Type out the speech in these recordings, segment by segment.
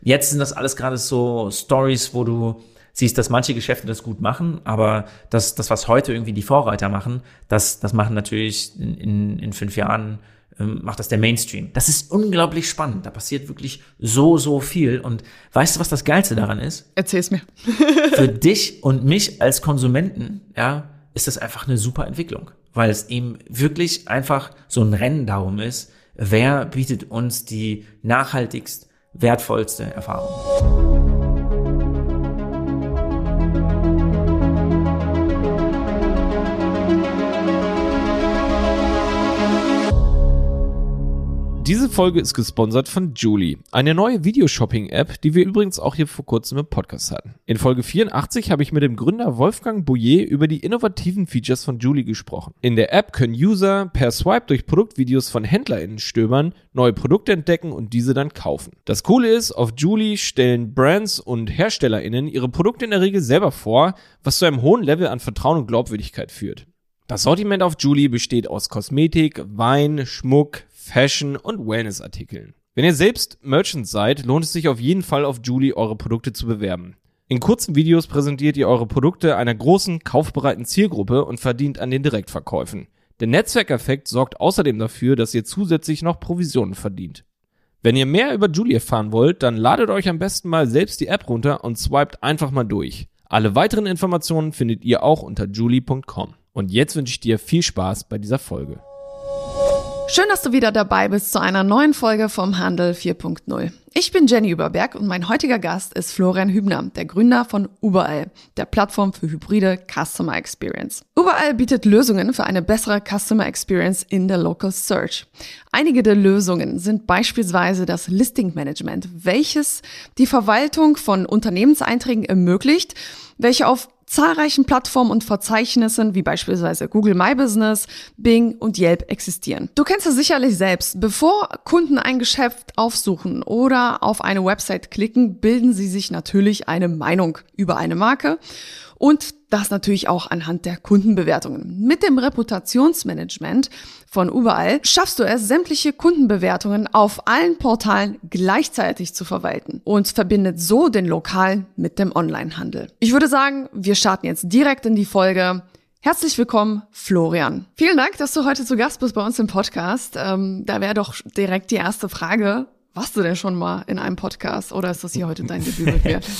Jetzt sind das alles gerade so Stories, wo du siehst, dass manche Geschäfte das gut machen, aber das was heute irgendwie die Vorreiter machen, das machen natürlich in 5 Jahren, macht das der Mainstream. Das ist unglaublich spannend. Da passiert wirklich so viel. Und weißt du, was das Geilste daran ist? Erzähl's mir. Für dich und mich als Konsumenten, ja, ist das einfach eine super Entwicklung, weil es eben wirklich einfach so ein Rennen darum ist, wer bietet uns die nachhaltigst wertvollste Erfahrung. Diese Folge ist gesponsert von Jooli, eine neue Videoshopping-App, die wir übrigens auch hier vor kurzem im Podcast hatten. In Folge 84 habe ich mit dem Gründer Wolfgang Boyer über die innovativen Features von Jooli gesprochen. In der App können User per Swipe durch Produktvideos von HändlerInnen stöbern, neue Produkte entdecken und diese dann kaufen. Das Coole ist, auf Jooli stellen Brands und HerstellerInnen ihre Produkte in der Regel selber vor, was zu einem hohen Level an Vertrauen und Glaubwürdigkeit führt. Das Sortiment auf Jooli besteht aus Kosmetik, Wein, Schmuck, Fashion und Wellness-Artikeln. Wenn ihr selbst Merchant seid, lohnt es sich auf jeden Fall auf Jooli eure Produkte zu bewerben. In kurzen Videos präsentiert ihr eure Produkte einer großen, kaufbereiten Zielgruppe und verdient an den Direktverkäufen. Der Netzwerkeffekt sorgt außerdem dafür, dass ihr zusätzlich noch Provisionen verdient. Wenn ihr mehr über Jooli erfahren wollt, dann ladet euch am besten mal selbst die App runter und swiped einfach mal durch. Alle weiteren Informationen findet ihr auch unter jooli.com. Und jetzt wünsche ich dir viel Spaß bei dieser Folge. Schön, dass du wieder dabei bist zu einer neuen Folge vom Handel 4.0. Ich bin Jenny Überberg und mein heutiger Gast ist Florian Hübner, der Gründer von Überall, der Plattform für hybride Customer Experience. Überall bietet Lösungen für eine bessere Customer Experience in der Local Search. Einige der Lösungen sind beispielsweise das Listing Management, welches die Verwaltung von Unternehmenseinträgen ermöglicht, welche auf zahlreichen Plattformen und Verzeichnissen wie beispielsweise Google My Business, Bing und Yelp existieren. Du kennst es sicherlich selbst. Bevor Kunden ein Geschäft aufsuchen oder auf eine Website klicken, bilden sie sich natürlich eine Meinung über eine Marke und das natürlich auch anhand der Kundenbewertungen. Mit dem Reputationsmanagement von Überall schaffst du es, sämtliche Kundenbewertungen auf allen Portalen gleichzeitig zu verwalten und verbindet so den Lokalen mit dem Onlinehandel. Ich würde sagen, wir starten jetzt direkt in die Folge. Herzlich willkommen, Florian. Vielen Dank, dass du heute zu Gast bist bei uns im Podcast. Da wäre doch direkt die erste Frage. Warst du denn schon mal in einem Podcast oder ist das hier heute dein Debüt mit mir?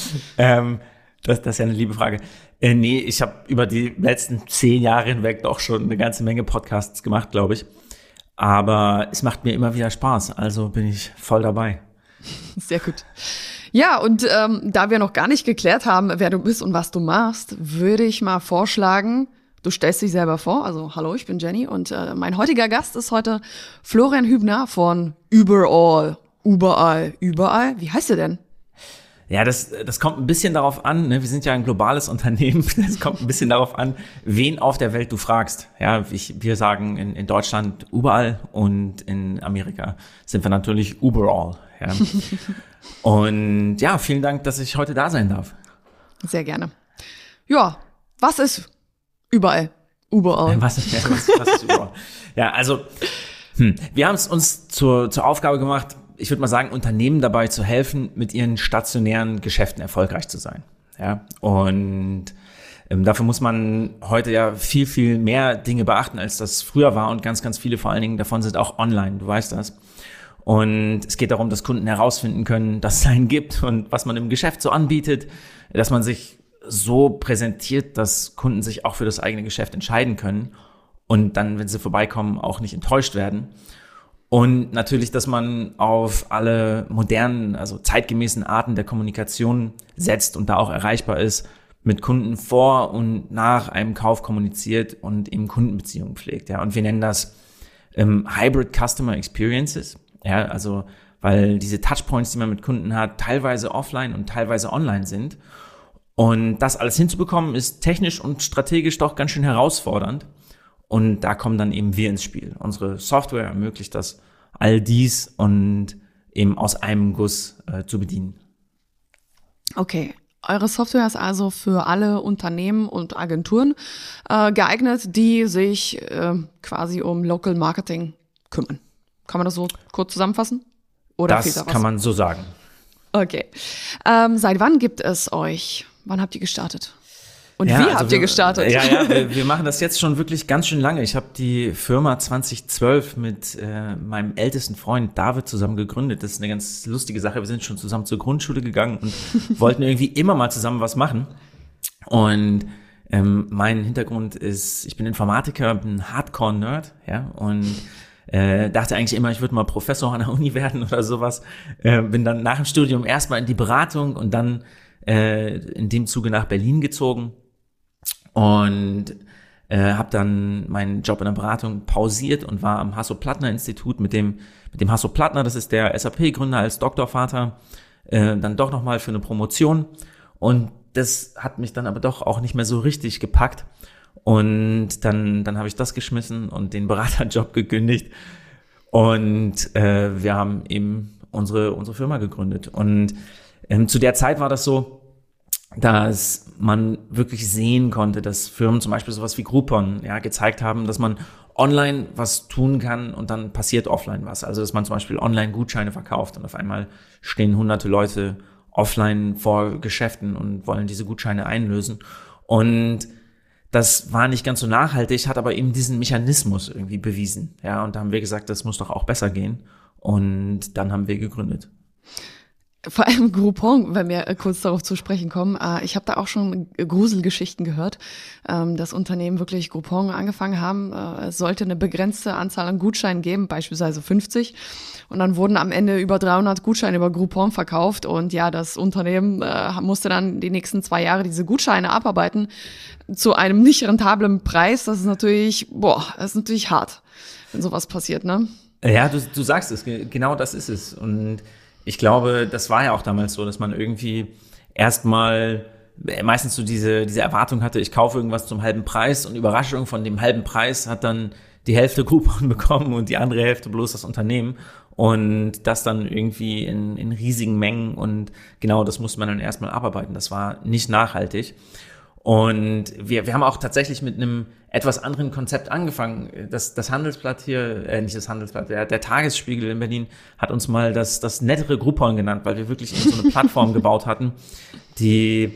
Das ist ja eine liebe Frage. Nee, ich habe über die letzten 10 Jahre hinweg doch schon eine ganze Menge Podcasts gemacht, glaube ich. Aber es macht mir immer wieder Spaß, also bin ich voll dabei. Sehr gut. Ja, und da wir noch gar nicht geklärt haben, wer du bist und was du machst, würde ich mal vorschlagen, du stellst dich selber vor. Also hallo, ich bin Jenny und mein heutiger Gast ist heute Florian Hübner von Überall. Überall. Wie heißt du denn? Ja, das kommt ein bisschen darauf an, ne? Wir sind ja ein globales Unternehmen. Es kommt ein bisschen darauf an, wen auf der Welt du fragst. Ja, wir sagen in Deutschland überall und in Amerika sind wir natürlich überall. Ja. Und ja, vielen Dank, dass ich heute da sein darf. Sehr gerne. Ja, was ist überall? Überall. Was ist überall? Ja, also wir haben es uns zur Aufgabe gemacht, ich würde mal sagen, Unternehmen dabei zu helfen, mit ihren stationären Geschäften erfolgreich zu sein. Ja, und dafür muss man heute ja viel mehr Dinge beachten, als das früher war. Und ganz viele vor allen Dingen davon sind auch online, du weißt das. Und es geht darum, dass Kunden herausfinden können, dass es einen gibt und was man im Geschäft so anbietet, dass man sich so präsentiert, dass Kunden sich auch für das eigene Geschäft entscheiden können und dann, wenn sie vorbeikommen, auch nicht enttäuscht werden. Und natürlich, dass man auf alle modernen, also zeitgemäßen Arten der Kommunikation setzt und da auch erreichbar ist, mit Kunden vor und nach einem Kauf kommuniziert und eben Kundenbeziehungen pflegt. Ja, und wir nennen das Hybrid Customer Experiences. Ja, also weil diese Touchpoints, die man mit Kunden hat, teilweise offline und teilweise online sind. Und das alles hinzubekommen, ist technisch und strategisch doch ganz schön herausfordernd. Und da kommen dann eben wir ins Spiel. Unsere Software ermöglicht das, all dies und eben aus einem Guss zu bedienen. Okay, eure Software ist also für alle Unternehmen und Agenturen geeignet, die sich quasi um Local Marketing kümmern. Kann man das so kurz zusammenfassen? Oder das kann man so sagen. Okay. Seit wann gibt es euch? Wann habt ihr gestartet? Und wie habt ihr gestartet? Wir machen das jetzt schon wirklich ganz schön lange. Ich habe die Firma 2012 mit meinem ältesten Freund David zusammen gegründet. Das ist eine ganz lustige Sache. Wir sind schon zusammen zur Grundschule gegangen und wollten irgendwie immer mal zusammen was machen. Und mein Hintergrund ist, ich bin Informatiker, bin Hardcore-Nerd, ja, und dachte eigentlich immer, ich würde mal Professor an der Uni werden oder sowas. Bin dann nach dem Studium erstmal in die Beratung und dann in dem Zuge nach Berlin gezogen. Und habe dann meinen Job in der Beratung pausiert und war am Hasso-Plattner-Institut mit dem Hasso Plattner, das ist der SAP-Gründer als Doktorvater, dann doch nochmal für eine Promotion. Und das hat mich dann aber doch auch nicht mehr so richtig gepackt. Und dann habe ich das geschmissen und den Beraterjob gekündigt. Und wir haben eben unsere Firma gegründet. Und zu der Zeit war das so, dass man wirklich sehen konnte, dass Firmen zum Beispiel sowas wie Groupon gezeigt haben, dass man online was tun kann und dann passiert offline was. Also dass man zum Beispiel online Gutscheine verkauft und auf einmal stehen hunderte Leute offline vor Geschäften und wollen diese Gutscheine einlösen. Und das war nicht ganz so nachhaltig, hat aber eben diesen Mechanismus irgendwie bewiesen. Ja, und da haben wir gesagt, das muss doch auch besser gehen. Und dann haben wir gegründet. Vor allem Groupon, wenn wir kurz darauf zu sprechen kommen. Ich habe da auch schon Gruselgeschichten gehört, dass Unternehmen wirklich Groupon angefangen haben. Es sollte eine begrenzte Anzahl an Gutscheinen geben, beispielsweise 50. Und dann wurden am Ende über 300 Gutscheine über Groupon verkauft. Und ja, das Unternehmen musste dann die nächsten 2 Jahre diese Gutscheine abarbeiten zu einem nicht rentablen Preis. Das ist natürlich hart, wenn sowas passiert, ne? Ja, du sagst es, genau das ist es. Und ich glaube, das war ja auch damals so, dass man irgendwie erstmal meistens so diese Erwartung hatte, ich kaufe irgendwas zum halben Preis und Überraschung von dem halben Preis hat dann die Hälfte Groupon bekommen und die andere Hälfte bloß das Unternehmen und das dann irgendwie in riesigen Mengen und genau das musste man dann erstmal abarbeiten. Das war nicht nachhaltig. Und wir haben auch tatsächlich mit einem etwas anderen Konzept angefangen. Das Handelsblatt hier, nicht das Handelsblatt, der Tagesspiegel in Berlin hat uns mal das nettere Groupon genannt, weil wir wirklich so eine Plattform gebaut hatten, die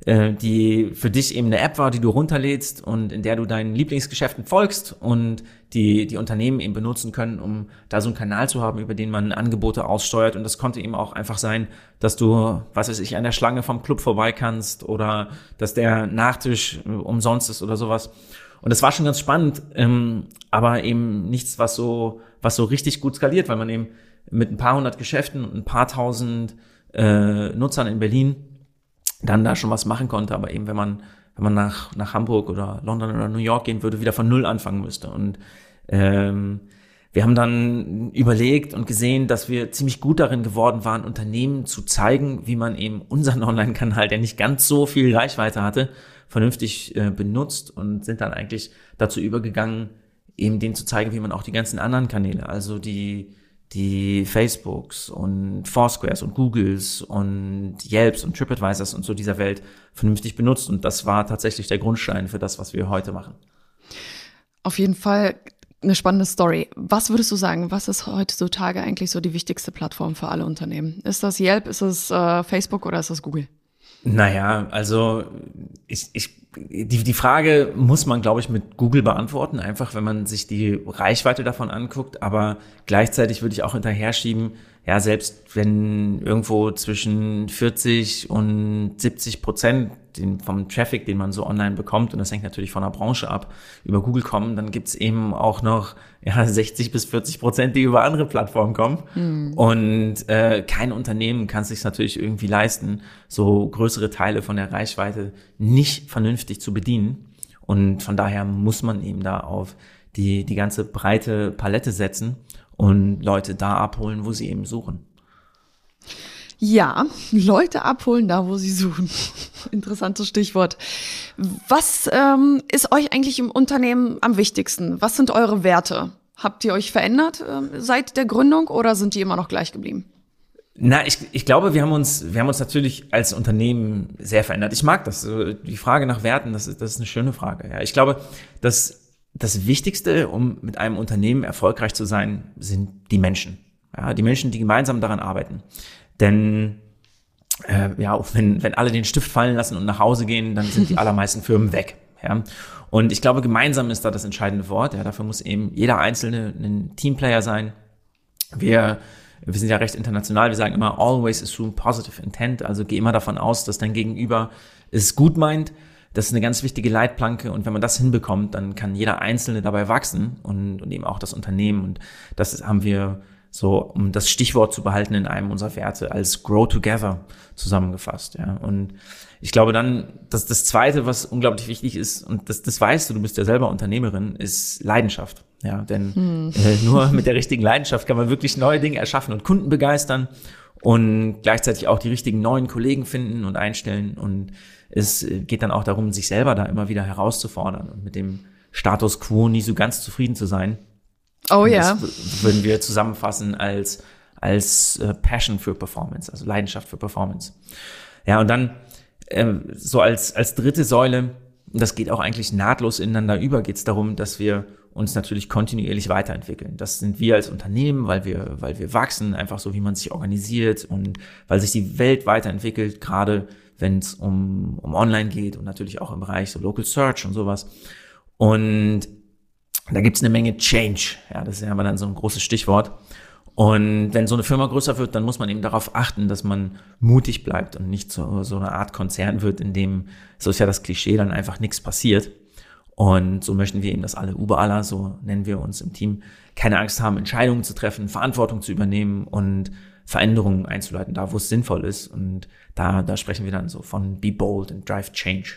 für dich eben eine App war, die du runterlädst und in der du deinen Lieblingsgeschäften folgst und die Unternehmen eben benutzen können, um da so einen Kanal zu haben, über den man Angebote aussteuert. Und das konnte eben auch einfach sein, dass du, was weiß ich, an der Schlange vom Club vorbei kannst oder dass der Nachtisch umsonst ist oder sowas. Und das war schon ganz spannend, aber eben nichts, was so richtig gut skaliert, weil man eben mit ein paar hundert Geschäften und ein paar tausend Nutzern in Berlin dann da schon was machen konnte, aber eben wenn man nach Hamburg oder London oder New York gehen würde, wieder von Null anfangen müsste. Und wir haben dann überlegt und gesehen, dass wir ziemlich gut darin geworden waren, Unternehmen zu zeigen, wie man eben unseren Online-Kanal, der nicht ganz so viel Reichweite hatte, vernünftig benutzt und sind dann eigentlich dazu übergegangen, eben denen zu zeigen, wie man auch die ganzen anderen Kanäle, also die Facebooks und Foursquares und Googles und Yelps und TripAdvisors und so dieser Welt vernünftig benutzt. Und das war tatsächlich der Grundstein für das, was wir heute machen. Auf jeden Fall eine spannende Story. Was würdest du sagen, was ist heutzutage eigentlich so die wichtigste Plattform für alle Unternehmen? Ist das Yelp, ist es Facebook oder ist das Google? Naja, also die Frage muss man, glaube ich, mit Google beantworten, einfach wenn man sich die Reichweite davon anguckt, aber gleichzeitig würde ich auch hinterher schieben, ja, selbst wenn irgendwo zwischen 40 und 70% vom Traffic, den man so online bekommt, und das hängt natürlich von der Branche ab, über Google kommen, dann gibt's eben auch noch 60 bis 40%, die über andere Plattformen kommen. Und kein Unternehmen kann es sich natürlich irgendwie leisten, so größere Teile von der Reichweite nicht vernünftig zu bedienen. Und von daher muss man eben da auf die ganze breite Palette setzen und Leute da abholen, wo sie eben suchen. Ja, Leute abholen, da wo sie suchen. Interessantes Stichwort. Was ist euch eigentlich im Unternehmen am wichtigsten? Was sind eure Werte? Habt ihr euch verändert seit der Gründung oder sind die immer noch gleich geblieben? Na, ich glaube, wir haben uns natürlich als Unternehmen sehr verändert. Ich mag das. Die Frage nach Werten, das ist eine schöne Frage. Ja, ich glaube, dass das Wichtigste, um mit einem Unternehmen erfolgreich zu sein, sind die Menschen. Ja, die Menschen, die gemeinsam daran arbeiten. Denn wenn alle den Stift fallen lassen und nach Hause gehen, dann sind die allermeisten Firmen weg. Ja. Und ich glaube, gemeinsam ist da das entscheidende Wort. Ja, dafür muss eben jeder Einzelne ein Teamplayer sein. Wir sind ja recht international. Wir sagen immer, always assume positive intent. Also geh immer davon aus, dass dein Gegenüber es gut meint. Das ist eine ganz wichtige Leitplanke. Und wenn man das hinbekommt, dann kann jeder Einzelne dabei wachsen und eben auch das Unternehmen. Und das haben wir so, um das Stichwort zu behalten, in einem unserer Werte als Grow Together zusammengefasst. Ja. Und ich glaube dann, dass das Zweite, was unglaublich wichtig ist, und das weißt du bist ja selber Unternehmerin, ist Leidenschaft. Ja, denn nur mit der richtigen Leidenschaft kann man wirklich neue Dinge erschaffen und Kunden begeistern und gleichzeitig auch die richtigen neuen Kollegen finden und einstellen. Und es geht dann auch darum, sich selber da immer wieder herauszufordern und mit dem Status quo nie so ganz zufrieden zu sein. Oh ja. Das würden wir zusammenfassen als Passion für Performance, also Leidenschaft für Performance. Ja, und dann so als dritte Säule, das geht auch eigentlich nahtlos ineinander über, geht es darum, dass wir uns natürlich kontinuierlich weiterentwickeln. Das sind wir als Unternehmen, weil wir wachsen, einfach so, wie man sich organisiert und weil sich die Welt weiterentwickelt, gerade wenn es um Online geht und natürlich auch im Bereich so Local Search und sowas. Und da gibt's eine Menge Change. Ja, das ist ja aber dann so ein großes Stichwort. Und wenn so eine Firma größer wird, dann muss man eben darauf achten, dass man mutig bleibt und nicht so eine Art Konzern wird, in dem, so ist ja das Klischee, dann einfach nichts passiert. Und so möchten wir eben, dass alle Uberaler, so nennen wir uns im Team, keine Angst haben, Entscheidungen zu treffen, Verantwortung zu übernehmen und Veränderungen einzuleiten, da wo es sinnvoll ist. Und da sprechen wir dann so von Be Bold and Drive Change.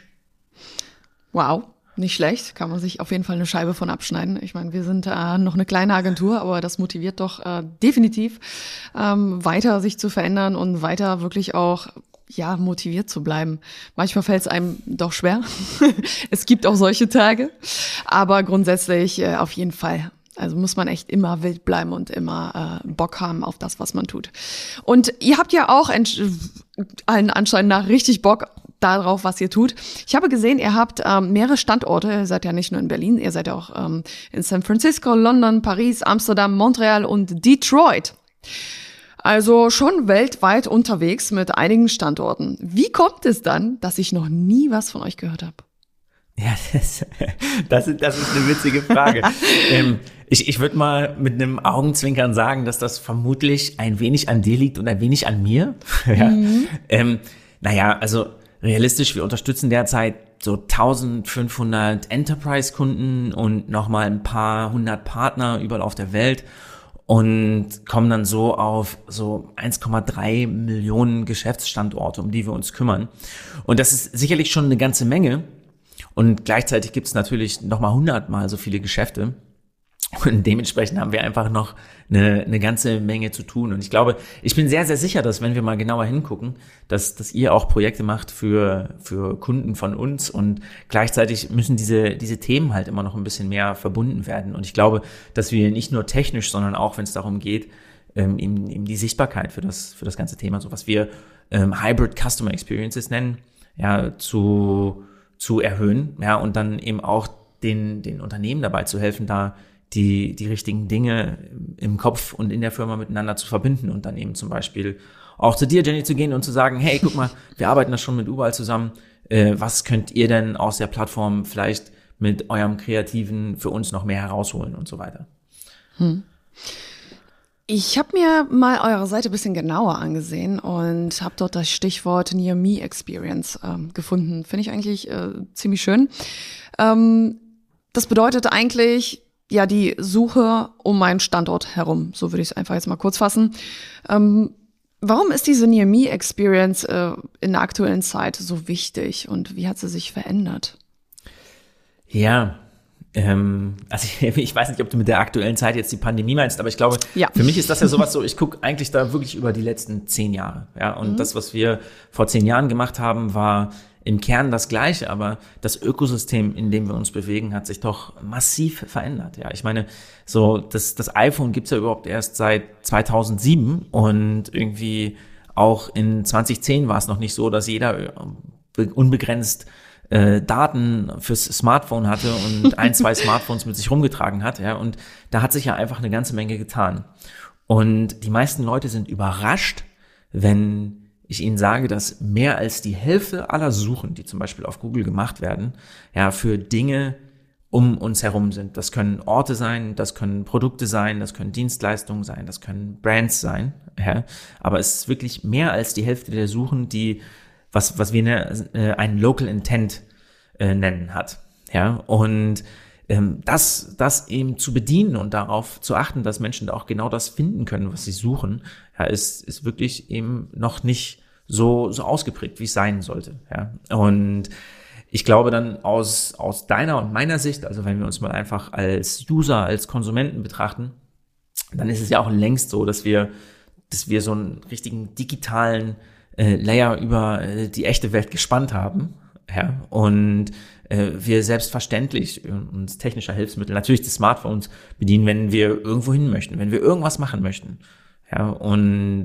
Wow. Nicht schlecht, kann man sich auf jeden Fall eine Scheibe von abschneiden. Ich meine, wir sind noch eine kleine Agentur, aber das motiviert doch definitiv, weiter sich zu verändern und weiter wirklich auch motiviert zu bleiben. Manchmal fällt es einem doch schwer. Es gibt auch solche Tage, aber grundsätzlich auf jeden Fall. Also muss man echt immer wild bleiben und immer Bock haben auf das, was man tut. Und ihr habt ja auch allen Anschein nach richtig Bock darauf, was ihr tut. Ich habe gesehen, ihr habt mehrere Standorte. Ihr seid ja nicht nur in Berlin, ihr seid ja auch in San Francisco, London, Paris, Amsterdam, Montreal und Detroit. Also schon weltweit unterwegs mit einigen Standorten. Wie kommt es dann, dass ich noch nie was von euch gehört habe? Ja, das ist eine witzige Frage. Ich würde mal mit einem Augenzwinkern sagen, dass das vermutlich ein wenig an dir liegt und ein wenig an mir. Ja. Also realistisch, wir unterstützen derzeit so 1500 Enterprise-Kunden und nochmal ein paar hundert Partner überall auf der Welt und kommen dann so auf so 1,3 Millionen Geschäftsstandorte, um die wir uns kümmern. Und das ist sicherlich schon eine ganze Menge. Und gleichzeitig gibt es natürlich nochmal 100-mal so viele Geschäfte. Und dementsprechend haben wir einfach noch eine ganze Menge zu tun. Und ich glaube, ich bin sehr, sehr sicher, dass wenn wir mal genauer hingucken, dass ihr auch Projekte macht für Kunden von uns. Und gleichzeitig müssen diese Themen halt immer noch ein bisschen mehr verbunden werden. Und ich glaube, dass wir nicht nur technisch, sondern auch, wenn es darum geht, eben die Sichtbarkeit für das ganze Thema, so was wir Hybrid Customer Experiences nennen, ja, zu erhöhen, ja, und dann eben auch den Unternehmen dabei zu helfen, da die richtigen Dinge im Kopf und in der Firma miteinander zu verbinden und dann eben zum Beispiel auch zu dir, Jenny, zu gehen und zu sagen, hey, guck mal, wir arbeiten da schon mit Überall zusammen, was könnt ihr denn aus der Plattform vielleicht mit eurem Kreativen für uns noch mehr herausholen und so weiter. Ich habe mir mal eure Seite ein bisschen genauer angesehen und habe dort das Stichwort Near Me Experience gefunden. Finde ich eigentlich ziemlich schön. Das bedeutet eigentlich die Suche um meinen Standort herum. So würde ich es einfach jetzt mal kurz fassen. Warum ist diese Near Me Experience in der aktuellen Zeit so wichtig und wie hat sie sich verändert? Ja, also ich weiß nicht, ob du mit der aktuellen Zeit jetzt die Pandemie meinst, aber ich glaube, für mich ist das ja sowas so, ich gucke eigentlich da wirklich über die letzten 10 Jahre. Ja, und das, was wir vor 10 Jahren gemacht haben, war im Kern das Gleiche, aber das Ökosystem, in dem wir uns bewegen, hat sich doch massiv verändert. Ja, ich meine, so das iPhone gibt's ja überhaupt erst seit 2007 und irgendwie auch in 2010 war es noch nicht so, dass jeder unbegrenzt Daten fürs Smartphone hatte und 2 Smartphones mit sich rumgetragen hat, ja, und da hat sich ja einfach eine ganze Menge getan. Und die meisten Leute sind überrascht, wenn ich Ihnen sage, dass mehr als die Hälfte aller Suchen, die zum Beispiel auf Google gemacht werden, ja, für Dinge um uns herum sind. Das können Orte sein, das können Produkte sein, das können Dienstleistungen sein, das können Brands sein. Ja. Aber es ist wirklich mehr als die Hälfte der Suchen, die was wir einen Local Intent nennen hat. Ja. Und das eben zu bedienen und darauf zu achten, dass Menschen da auch genau das finden können, was sie suchen, ja, ist wirklich eben noch nicht so ausgeprägt, wie es sein sollte. Ja. Und ich glaube dann aus deiner und meiner Sicht, also wenn wir uns mal einfach als User, als Konsumenten betrachten, dann ist es ja auch längst so, dass wir so einen richtigen digitalen Layer über die echte Welt gespannt haben. Ja, und wir selbstverständlich uns technischer Hilfsmittel, natürlich des Smartphones bedienen, wenn wir irgendwo hin möchten, wenn wir irgendwas machen möchten. Ja, und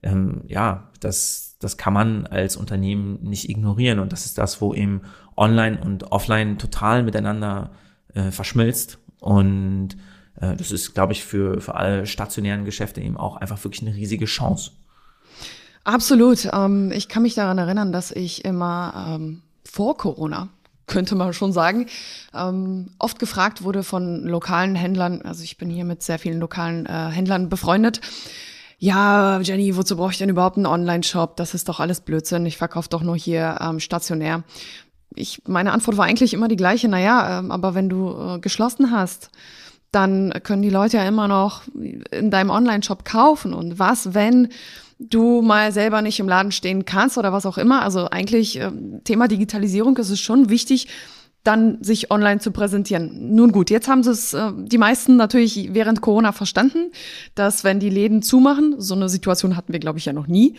das kann man als Unternehmen nicht ignorieren. Und das ist das, wo eben Online und Offline total miteinander verschmilzt. Und das ist, glaube ich, für alle stationären Geschäfte eben auch einfach wirklich eine riesige Chance. Absolut. Ich kann mich daran erinnern, dass ich immer vor Corona, könnte man schon sagen, oft gefragt wurde von lokalen Händlern, also ich bin hier mit sehr vielen lokalen Händlern befreundet, ja, Jenny, wozu brauche ich denn überhaupt einen Online-Shop? Das ist doch alles Blödsinn, ich verkaufe doch nur hier stationär. Meine Antwort war eigentlich immer die gleiche, aber wenn du geschlossen hast, dann können die Leute ja immer noch in deinem Online-Shop kaufen. Und was, wenn du mal selber nicht im Laden stehen kannst oder was auch immer? Also eigentlich Thema Digitalisierung ist es schon wichtig, dann sich online zu präsentieren. Nun gut, jetzt haben sie es die meisten natürlich während Corona verstanden, dass wenn die Läden zumachen, so eine Situation hatten wir, glaube ich, ja noch nie,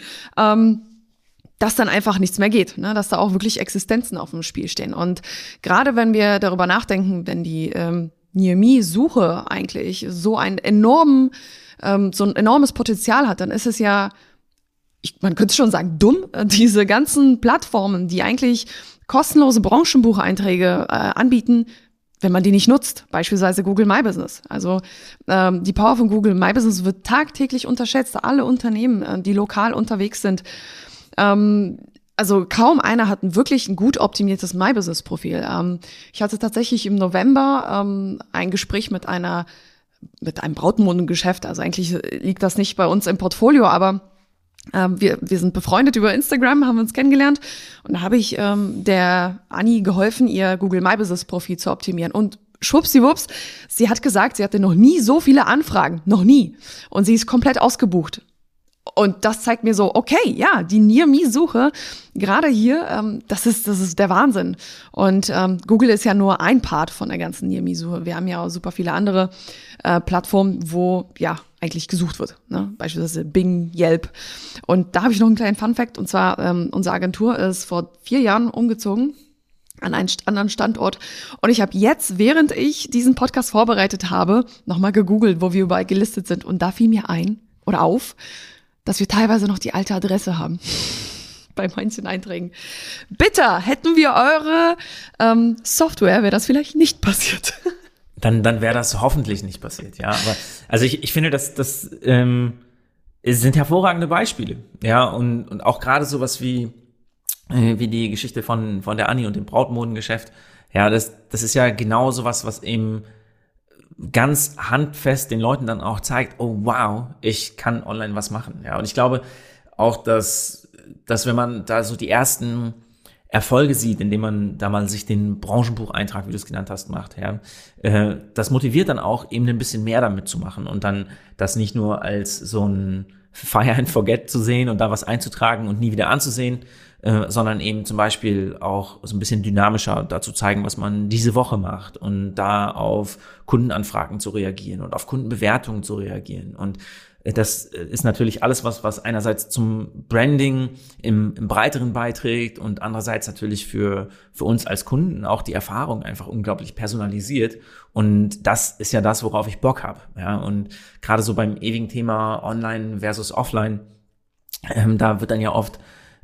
dass dann einfach nichts mehr geht, ne? Dass da auch wirklich Existenzen auf dem Spiel stehen. Und gerade wenn wir darüber nachdenken, wenn die Near-Me-Suche eigentlich so ein enormes Potenzial hat, dann ist es ja, man könnte schon sagen, dumm, diese ganzen Plattformen, die eigentlich kostenlose Branchenbucheinträge anbieten, wenn man die nicht nutzt, beispielsweise Google My Business. Also die Power von Google My Business wird tagtäglich unterschätzt. Alle Unternehmen, die lokal unterwegs sind, also kaum einer hat wirklich ein gut optimiertes My Business Profil. Ich hatte tatsächlich im November ein Gespräch mit einem Brautmodengeschäft. Also eigentlich liegt das nicht bei uns im Portfolio, aber wir sind befreundet über Instagram, haben uns kennengelernt und da habe ich der Anni geholfen, ihr Google My Business Profil zu optimieren und schwuppsiwupps, sie hat gesagt, sie hatte noch nie so viele Anfragen, noch nie, und sie ist komplett ausgebucht. Und das zeigt mir so, okay, ja, die Near-Me-Suche, gerade hier, das ist der Wahnsinn. Und Google ist ja nur ein Part von der ganzen Near-Me-Suche. Wir haben ja auch super viele andere Plattformen, wo ja eigentlich gesucht wird, ne? Beispielsweise Bing, Yelp. Und da habe ich noch einen kleinen Fun-Fact, und zwar unsere Agentur ist vor 4 Jahren umgezogen an einen anderen Standort. Und ich habe jetzt, während ich diesen Podcast vorbereitet habe, nochmal gegoogelt, wo wir überall gelistet sind. Und da fiel mir auf, dass wir teilweise noch die alte Adresse haben bei manchen Einträgen. Bitter, hätten wir eure Software, wäre das vielleicht nicht passiert. Dann wäre das hoffentlich nicht passiert, ja. Aber also ich finde, das sind hervorragende Beispiele, ja. Und auch gerade sowas wie die Geschichte von der Anni und dem Brautmodengeschäft, ja, das ist ja genau sowas, was eben ganz handfest den Leuten dann auch zeigt, oh wow, ich kann online was machen. Ja, und ich glaube auch, dass wenn man da so die ersten Erfolge sieht, indem man da mal sich den Branchenbucheintrag, wie du es genannt hast, macht, ja, das motiviert dann auch eben ein bisschen mehr damit zu machen und dann das nicht nur als so ein Fire and Forget zu sehen und da was einzutragen und nie wieder anzusehen, sondern eben zum Beispiel auch so ein bisschen dynamischer dazu zeigen, was man diese Woche macht und da auf Kundenanfragen zu reagieren und auf Kundenbewertungen zu reagieren. Und das ist natürlich alles, was einerseits zum Branding im Breiteren beiträgt und andererseits natürlich für uns als Kunden auch die Erfahrung einfach unglaublich personalisiert. Und das ist ja das, worauf ich Bock habe. Ja, und gerade so beim ewigen Thema Online versus Offline, da wird dann ja oft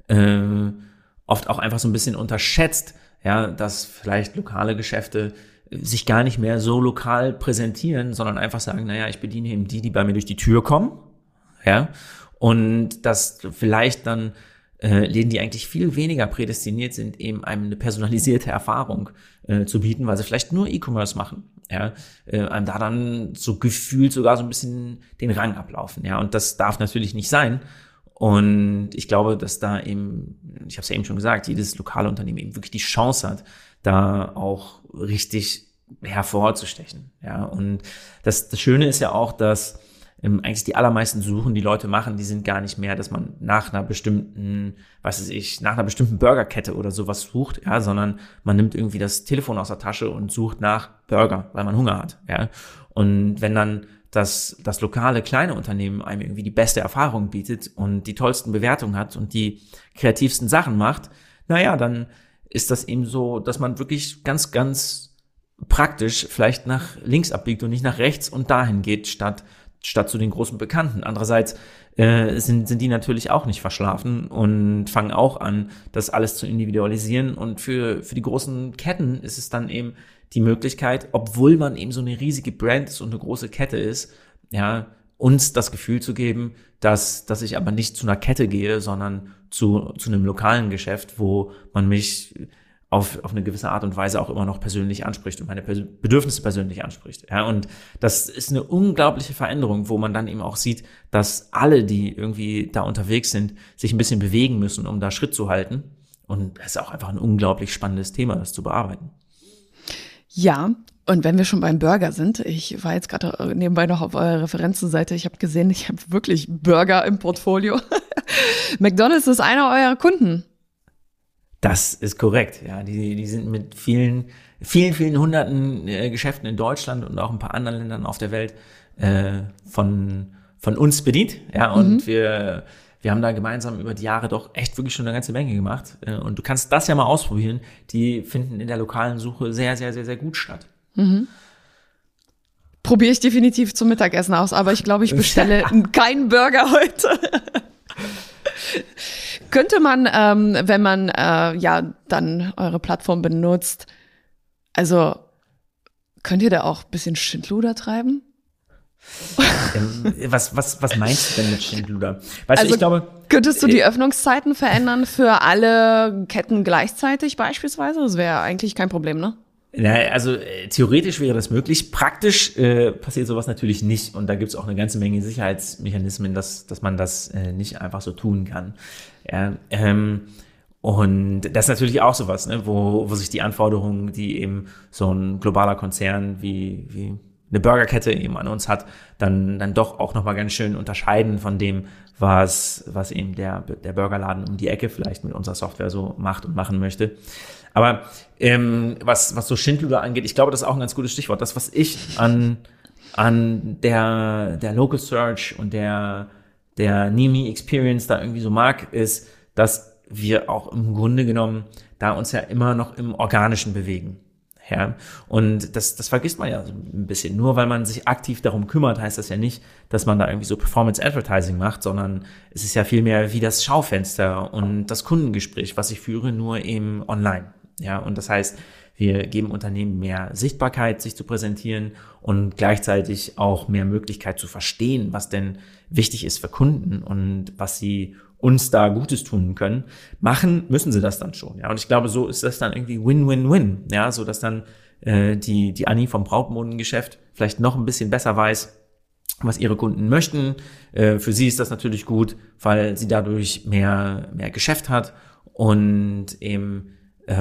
auch einfach so ein bisschen unterschätzt, ja, dass vielleicht lokale Geschäfte sich gar nicht mehr so lokal präsentieren, sondern einfach sagen, naja, ich bediene eben die bei mir durch die Tür kommen, ja, und dass vielleicht dann Läden, die eigentlich viel weniger prädestiniert sind, eben einem eine personalisierte Erfahrung zu bieten, weil sie vielleicht nur E-Commerce machen, ja, einem da dann so gefühlt sogar so ein bisschen den Rang ablaufen, ja, und das darf natürlich nicht sein. Und ich glaube, dass da eben, ich habe es ja eben schon gesagt, jedes lokale Unternehmen eben wirklich die Chance hat, da auch richtig hervorzustechen, ja, und das Schöne ist ja auch, dass eigentlich die allermeisten Suchen, die Leute machen, die sind gar nicht mehr, dass man nach einer bestimmten, nach einer bestimmten Burgerkette oder sowas sucht, ja, sondern man nimmt irgendwie das Telefon aus der Tasche und sucht nach Burger, weil man Hunger hat, ja. Und wenn dann das lokale kleine Unternehmen einem irgendwie die beste Erfahrung bietet und die tollsten Bewertungen hat und die kreativsten Sachen macht, naja, dann ist das eben so, dass man wirklich ganz, ganz praktisch vielleicht nach links abbiegt und nicht nach rechts und dahin geht, statt zu den großen Bekannten. Andererseits sind die natürlich auch nicht verschlafen und fangen auch an, das alles zu individualisieren. Und für die großen Ketten ist es dann eben die Möglichkeit, obwohl man eben so eine riesige Brand ist und eine große Kette ist, ja, uns das Gefühl zu geben, dass ich aber nicht zu einer Kette gehe, sondern zu einem lokalen Geschäft, wo man mich auf eine gewisse Art und Weise auch immer noch persönlich anspricht und meine Bedürfnisse persönlich anspricht. Ja, und das ist eine unglaubliche Veränderung, wo man dann eben auch sieht, dass alle, die irgendwie da unterwegs sind, sich ein bisschen bewegen müssen, um da Schritt zu halten. Und es ist auch einfach ein unglaublich spannendes Thema, das zu bearbeiten. Ja, und wenn wir schon beim Burger sind, ich war jetzt gerade nebenbei noch auf eurer Referenzenseite, ich habe gesehen, ich habe wirklich Burger im Portfolio. McDonald's ist einer eurer Kunden. Das ist korrekt, ja. Die sind mit vielen hunderten Geschäften in Deutschland und auch ein paar anderen Ländern auf der Welt von uns bedient, ja. Und wir haben da gemeinsam über die Jahre doch echt wirklich schon eine ganze Menge gemacht. Und du kannst das ja mal ausprobieren. Die finden in der lokalen Suche sehr, sehr, sehr, sehr gut statt. Mhm. Probiere ich definitiv zum Mittagessen aus, aber ich glaube, ich bestelle keinen Burger heute. Könnte man, wenn man dann eure Plattform benutzt, also könnt ihr da auch ein bisschen Schindluder treiben? Was meinst du denn mit Schindluder? Weißt also, du, ich glaube, könntest du die Öffnungszeiten verändern für alle Ketten gleichzeitig beispielsweise? Das wäre eigentlich kein Problem, ne? Ja, also theoretisch wäre das möglich. Praktisch passiert sowas natürlich nicht. Und da gibt es auch eine ganze Menge Sicherheitsmechanismen, dass man das nicht einfach so tun kann. Ja, und das ist natürlich auch sowas, ne, wo sich die Anforderungen, die eben so ein globaler Konzern wie eine Burgerkette eben an uns hat, dann doch auch nochmal ganz schön unterscheiden von dem, was eben der Burgerladen um die Ecke vielleicht mit unserer Software so macht und machen möchte. Aber was so Schindluder angeht, ich glaube, das ist auch ein ganz gutes Stichwort. Das, was ich an der Local Search und der Near-Me Experience da irgendwie so mag, ist, dass wir auch im Grunde genommen da uns ja immer noch im Organischen bewegen. Ja, und das vergisst man ja so ein bisschen. Nur weil man sich aktiv darum kümmert, heißt das ja nicht, dass man da irgendwie so Performance Advertising macht, sondern es ist ja vielmehr wie das Schaufenster und das Kundengespräch, was ich führe, nur eben online. Ja, und das heißt, wir geben Unternehmen mehr Sichtbarkeit, sich zu präsentieren und gleichzeitig auch mehr Möglichkeit zu verstehen, was denn wichtig ist für Kunden und was sie uns da Gutes tun können. Machen müssen sie das dann schon. Ja, und ich glaube, so ist das dann irgendwie Win-Win-Win. Ja, so dass dann die Anni vom Brautmodengeschäft vielleicht noch ein bisschen besser weiß, was ihre Kunden möchten. Für sie ist das natürlich gut, weil sie dadurch mehr Geschäft hat und eben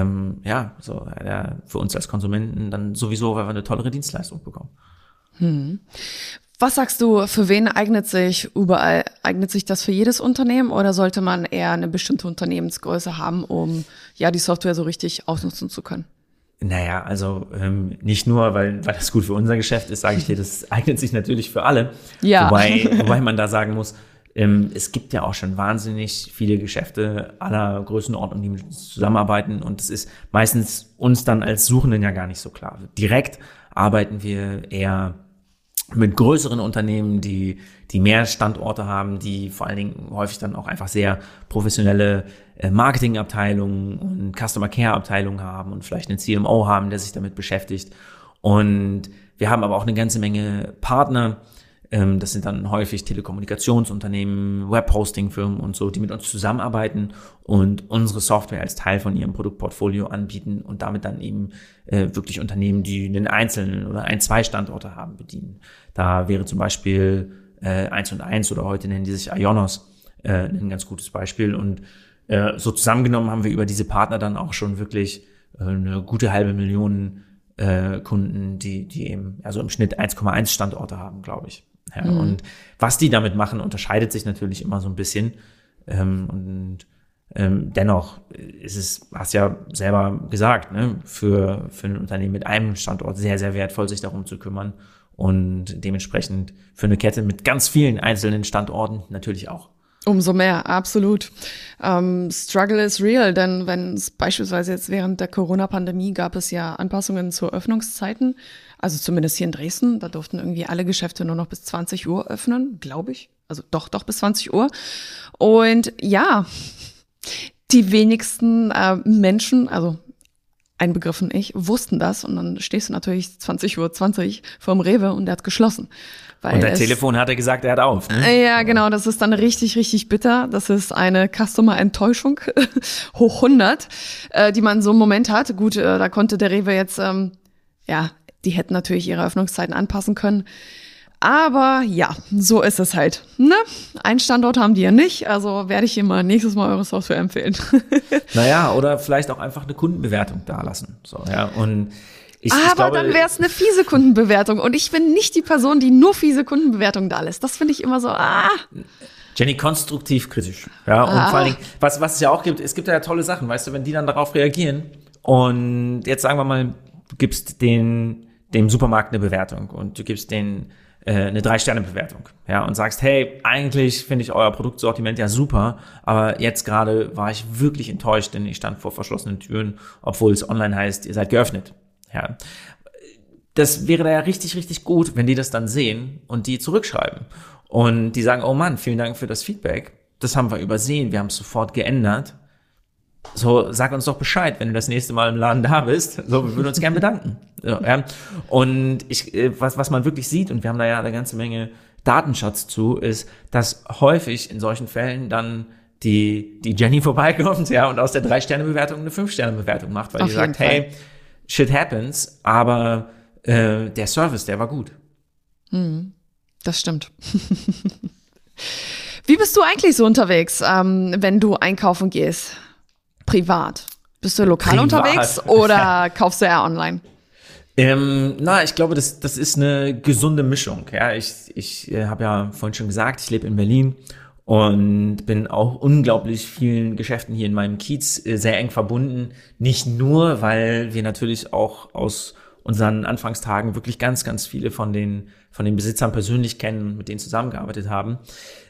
für uns als Konsumenten dann sowieso, weil wir eine tollere Dienstleistung bekommen. Was sagst du, für wen eignet sich überall? Eignet sich das für jedes Unternehmen oder sollte man eher eine bestimmte Unternehmensgröße haben, um die Software so richtig ausnutzen zu können? Naja, also nicht nur, weil das gut für unser Geschäft ist, sage ich dir, das eignet sich natürlich für alle. Ja. Wobei man da sagen muss, es gibt ja auch schon wahnsinnig viele Geschäfte aller Größenordnungen, die mit uns zusammenarbeiten und es ist meistens uns dann als Suchenden ja gar nicht so klar. Direkt arbeiten wir eher mit größeren Unternehmen, die mehr Standorte haben, die vor allen Dingen häufig dann auch einfach sehr professionelle Marketingabteilungen und Customer Care Abteilungen haben und vielleicht einen CMO haben, der sich damit beschäftigt. Und wir haben aber auch eine ganze Menge Partner, Das sind dann häufig Telekommunikationsunternehmen, Webhosting-Firmen und so, die mit uns zusammenarbeiten und unsere Software als Teil von ihrem Produktportfolio anbieten und damit dann eben wirklich Unternehmen, die einen einzelnen oder zwei Standorte haben, bedienen. Da wäre zum Beispiel 1&1 oder heute nennen die sich Ionos ein ganz gutes Beispiel. Und so zusammengenommen haben wir über diese Partner dann auch schon wirklich eine gute 500.000 Kunden, die eben also im Schnitt 1,1 Standorte haben, glaube ich. Ja, und was die damit machen, unterscheidet sich natürlich immer so ein bisschen. Dennoch ist es, hast ja selber gesagt, ne, für ein Unternehmen mit einem Standort sehr, sehr wertvoll, sich darum zu kümmern. Und dementsprechend für eine Kette mit ganz vielen einzelnen Standorten natürlich auch. Umso mehr, absolut. Struggle is real, denn wenn es beispielsweise jetzt während der Corona-Pandemie gab es ja Anpassungen zu Öffnungszeiten, also zumindest hier in Dresden, da durften irgendwie alle Geschäfte nur noch bis 20 Uhr öffnen, glaube ich. Also doch bis 20 Uhr. Und ja, die wenigsten Menschen, also einbegriffen ich, wussten das und dann stehst du natürlich 20:20 Uhr vorm Rewe und der hat geschlossen. Weil und dein Telefon hat er gesagt, er hat auf. Ne? Ja, genau, das ist dann richtig, richtig bitter. Das ist eine Customer-Enttäuschung hoch 100, die man so im Moment hat. Gut, da konnte der Rewe jetzt, die hätten natürlich ihre Öffnungszeiten anpassen können. Aber ja, so ist es halt. Ne? Einen Standort haben die ja nicht, also werde ich immer nächstes Mal eure Software empfehlen. Naja, oder vielleicht auch einfach eine Kundenbewertung dalassen. So, ja, und ich aber glaube, dann wäre es eine fiese Kundenbewertung. Und ich bin nicht die Person, die nur fiese Kundenbewertungen da lässt. Das finde ich immer so, Jenny, konstruktiv kritisch. Ja, und vor allen Dingen, was es ja auch gibt, es gibt ja tolle Sachen, weißt du, wenn die dann darauf reagieren und jetzt sagen wir mal, du gibst dem Supermarkt eine Bewertung und du gibst denen eine 3-Sterne-Bewertung, ja, und sagst, hey, eigentlich finde ich euer Produktsortiment ja super, aber jetzt gerade war ich wirklich enttäuscht, denn ich stand vor verschlossenen Türen, obwohl es online heißt, ihr seid geöffnet, ja. Das wäre da ja richtig, richtig gut, wenn die das dann sehen und die zurückschreiben und die sagen, oh Mann, vielen Dank für das Feedback, das haben wir übersehen, wir haben es sofort geändert. So, sag uns doch Bescheid, wenn du das nächste Mal im Laden da bist. So, wir würden uns gern bedanken. So, ja. Und was man wirklich sieht, und wir haben da ja eine ganze Menge Datenschatz zu, ist, dass häufig in solchen Fällen dann die Jenny vorbeikommt, ja, und aus der 3-Sterne-Bewertung eine 5-Sterne-Bewertung macht, weil die sagt, hey, shit happens, aber der Service, der war gut. Das stimmt. Wie bist du eigentlich so unterwegs, wenn du einkaufen gehst? Privat. Bist du lokal unterwegs oder kaufst du eher online? Ich glaube, das ist eine gesunde Mischung. Ja, ich habe ja vorhin schon gesagt, ich lebe in Berlin und bin auch unglaublich vielen Geschäften hier in meinem Kiez sehr eng verbunden. Nicht nur, weil wir natürlich auch aus unseren Anfangstagen wirklich ganz, ganz viele von den Besitzern persönlich kennen und mit denen zusammengearbeitet haben.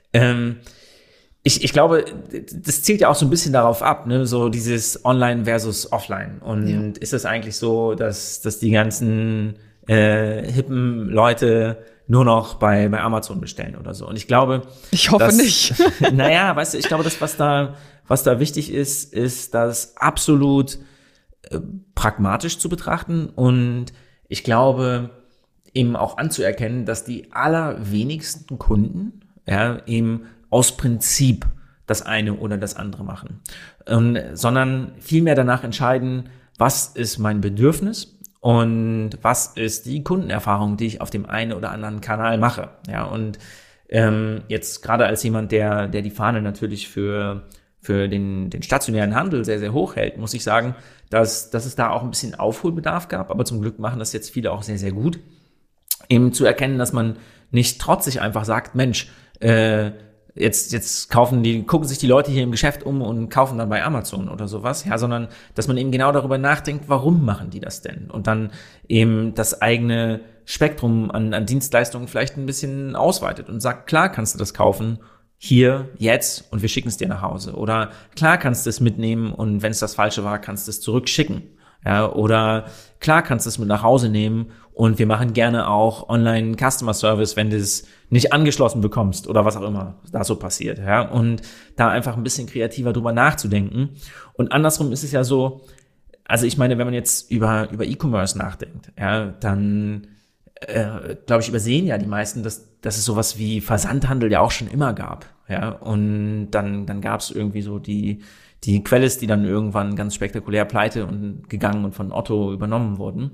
Ich glaube, das zielt ja auch so ein bisschen darauf ab, ne, so dieses Online versus Offline. Und ist es eigentlich so, dass die ganzen hippen Leute nur noch bei Amazon bestellen oder so? Und ich glaube, ich hoffe nicht. Naja, weißt du, ich glaube, das, was da wichtig ist das absolut pragmatisch zu betrachten. Und ich glaube, eben auch anzuerkennen, dass die allerwenigsten Kunden eben aus Prinzip das eine oder das andere machen, sondern vielmehr danach entscheiden, was ist mein Bedürfnis und was ist die Kundenerfahrung, die ich auf dem einen oder anderen Kanal mache. Ja, und jetzt gerade als jemand, der die Fahne natürlich für den stationären Handel sehr, sehr hoch hält, muss ich sagen, dass es da auch ein bisschen Aufholbedarf gab, aber zum Glück machen das jetzt viele auch sehr, sehr gut, eben zu erkennen, dass man nicht trotzig einfach sagt, Mensch, jetzt gucken sich die Leute hier im Geschäft um und kaufen dann bei Amazon oder sowas, ja, sondern dass man eben genau darüber nachdenkt, warum machen die das denn? Und dann eben das eigene Spektrum an Dienstleistungen vielleicht ein bisschen ausweitet und sagt, klar kannst du das kaufen, hier, jetzt, und wir schicken es dir nach Hause. Oder klar kannst du es mitnehmen und wenn es das Falsche war, kannst du es zurückschicken. Ja, oder klar kannst du es mit nach Hause nehmen und wir machen gerne auch Online Customer Service, wenn du es nicht angeschlossen bekommst oder was auch immer da so passiert. Ja, und da einfach ein bisschen kreativer drüber nachzudenken. Und andersrum ist es ja so, also ich meine, wenn man jetzt über E-Commerce nachdenkt, ja, dann glaube ich, übersehen ja die meisten, dass es sowas wie Versandhandel ja auch schon immer gab. Ja, und dann gab es irgendwie so die Quellis, die dann irgendwann ganz spektakulär pleite und gegangen und von Otto übernommen wurden.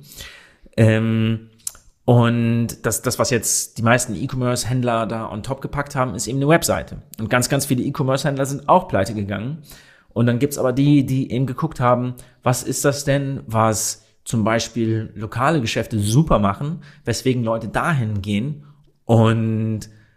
Und das, was jetzt die meisten E-Commerce-Händler da on top gepackt haben, ist eben eine Webseite. Und ganz, ganz viele E-Commerce-Händler sind auch pleite gegangen. Und dann gibt's aber die eben geguckt haben, was ist das denn, was zum Beispiel lokale Geschäfte super machen, weswegen Leute dahin gehen und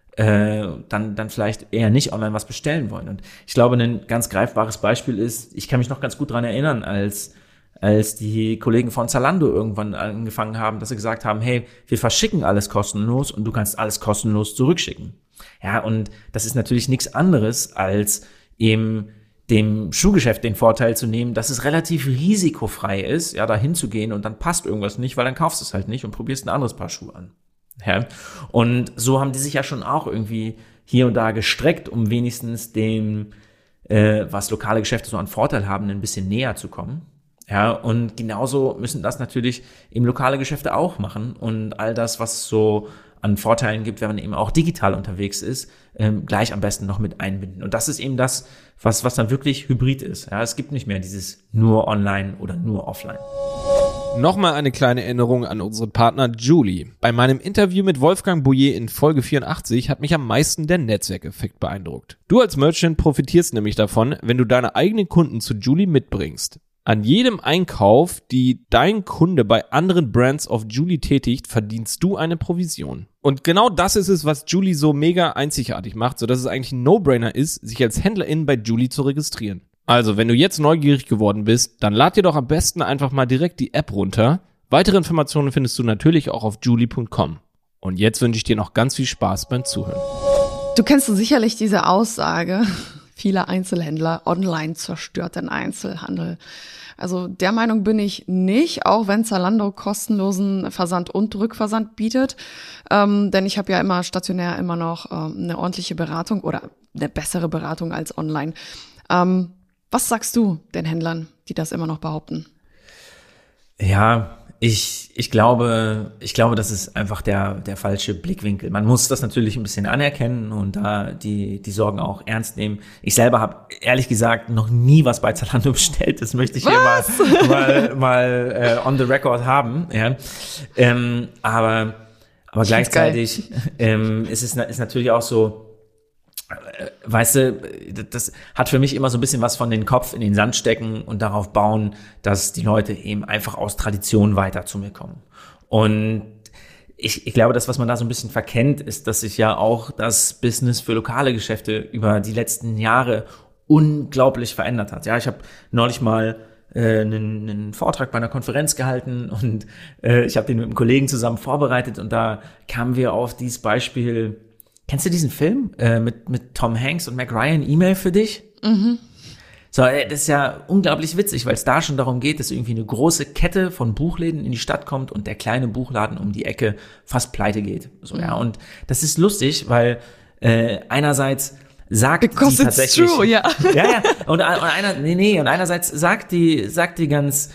dann vielleicht eher nicht online was bestellen wollen. Und ich glaube, ein ganz greifbares Beispiel ist, ich kann mich noch ganz gut dran erinnern, als die Kollegen von Zalando irgendwann angefangen haben, dass sie gesagt haben, hey, wir verschicken alles kostenlos und du kannst alles kostenlos zurückschicken. Ja, und das ist natürlich nichts anderes, als eben dem Schuhgeschäft den Vorteil zu nehmen, dass es relativ risikofrei ist, ja, da hinzugehen und dann passt irgendwas nicht, weil dann kaufst du es halt nicht und probierst ein anderes Paar Schuhe an. Ja, und so haben die sich ja schon auch irgendwie hier und da gestreckt, um wenigstens dem, was lokale Geschäfte so an Vorteil haben, ein bisschen näher zu kommen. Ja, und genauso müssen das natürlich eben lokale Geschäfte auch machen und all das, was es so an Vorteilen gibt, wenn man eben auch digital unterwegs ist, gleich am besten noch mit einbinden. Und das ist eben das, was dann wirklich hybrid ist. Ja, es gibt nicht mehr dieses nur online oder nur offline. Nochmal eine kleine Erinnerung an unseren Partner Jooli. Bei meinem Interview mit Wolfgang Boyer in Folge 84 hat mich am meisten der Netzwerkeffekt beeindruckt. Du als Merchant profitierst nämlich davon, wenn du deine eigenen Kunden zu Jooli mitbringst. An jedem Einkauf, die dein Kunde bei anderen Brands auf Jooli tätigt, verdienst du eine Provision. Und genau das ist es, was Jooli so mega einzigartig macht, sodass es eigentlich ein No-Brainer ist, sich als Händlerin bei Jooli zu registrieren. Also, wenn du jetzt neugierig geworden bist, dann lad dir doch am besten einfach mal direkt die App runter. Weitere Informationen findest du natürlich auch auf jooli.com. Und jetzt wünsche ich dir noch ganz viel Spaß beim Zuhören. Du kennst sicherlich diese Aussage, viele Einzelhändler online zerstört den Einzelhandel. Also der Meinung bin ich nicht, auch wenn Zalando kostenlosen Versand und Rückversand bietet. Denn ich habe ja immer stationär immer noch eine ordentliche Beratung oder eine bessere Beratung als online. Was sagst du den Händlern, die das immer noch behaupten? Ja, ich glaube, das ist einfach der falsche Blickwinkel. Man muss das natürlich ein bisschen anerkennen und da die Sorgen auch ernst nehmen. Ich selber habe ehrlich gesagt noch nie was bei Zalando bestellt. Das möchte ich hier mal on the record haben. Ja. Aber gleichzeitig ist natürlich auch so, weißt du, das hat für mich immer so ein bisschen was von den Kopf in den Sand stecken und darauf bauen, dass die Leute eben einfach aus Tradition weiter zu mir kommen. Und ich glaube, das, was man da so ein bisschen verkennt, ist, dass sich ja auch das Business für lokale Geschäfte über die letzten Jahre unglaublich verändert hat. Ja, ich habe neulich mal einen Vortrag bei einer Konferenz gehalten und ich habe den mit einem Kollegen zusammen vorbereitet und da kamen wir auf dieses Beispiel. Kennst du diesen Film mit Tom Hanks und Meg Ryan, E-Mail für dich? Mhm. So, das ist ja unglaublich witzig, weil es da schon darum geht, dass irgendwie eine große Kette von Buchläden in die Stadt kommt und der kleine Buchladen um die Ecke fast pleite geht. So, ja, und das ist lustig, weil einerseits sagt die tatsächlich, true, ja. Ja, und einerseits sagt die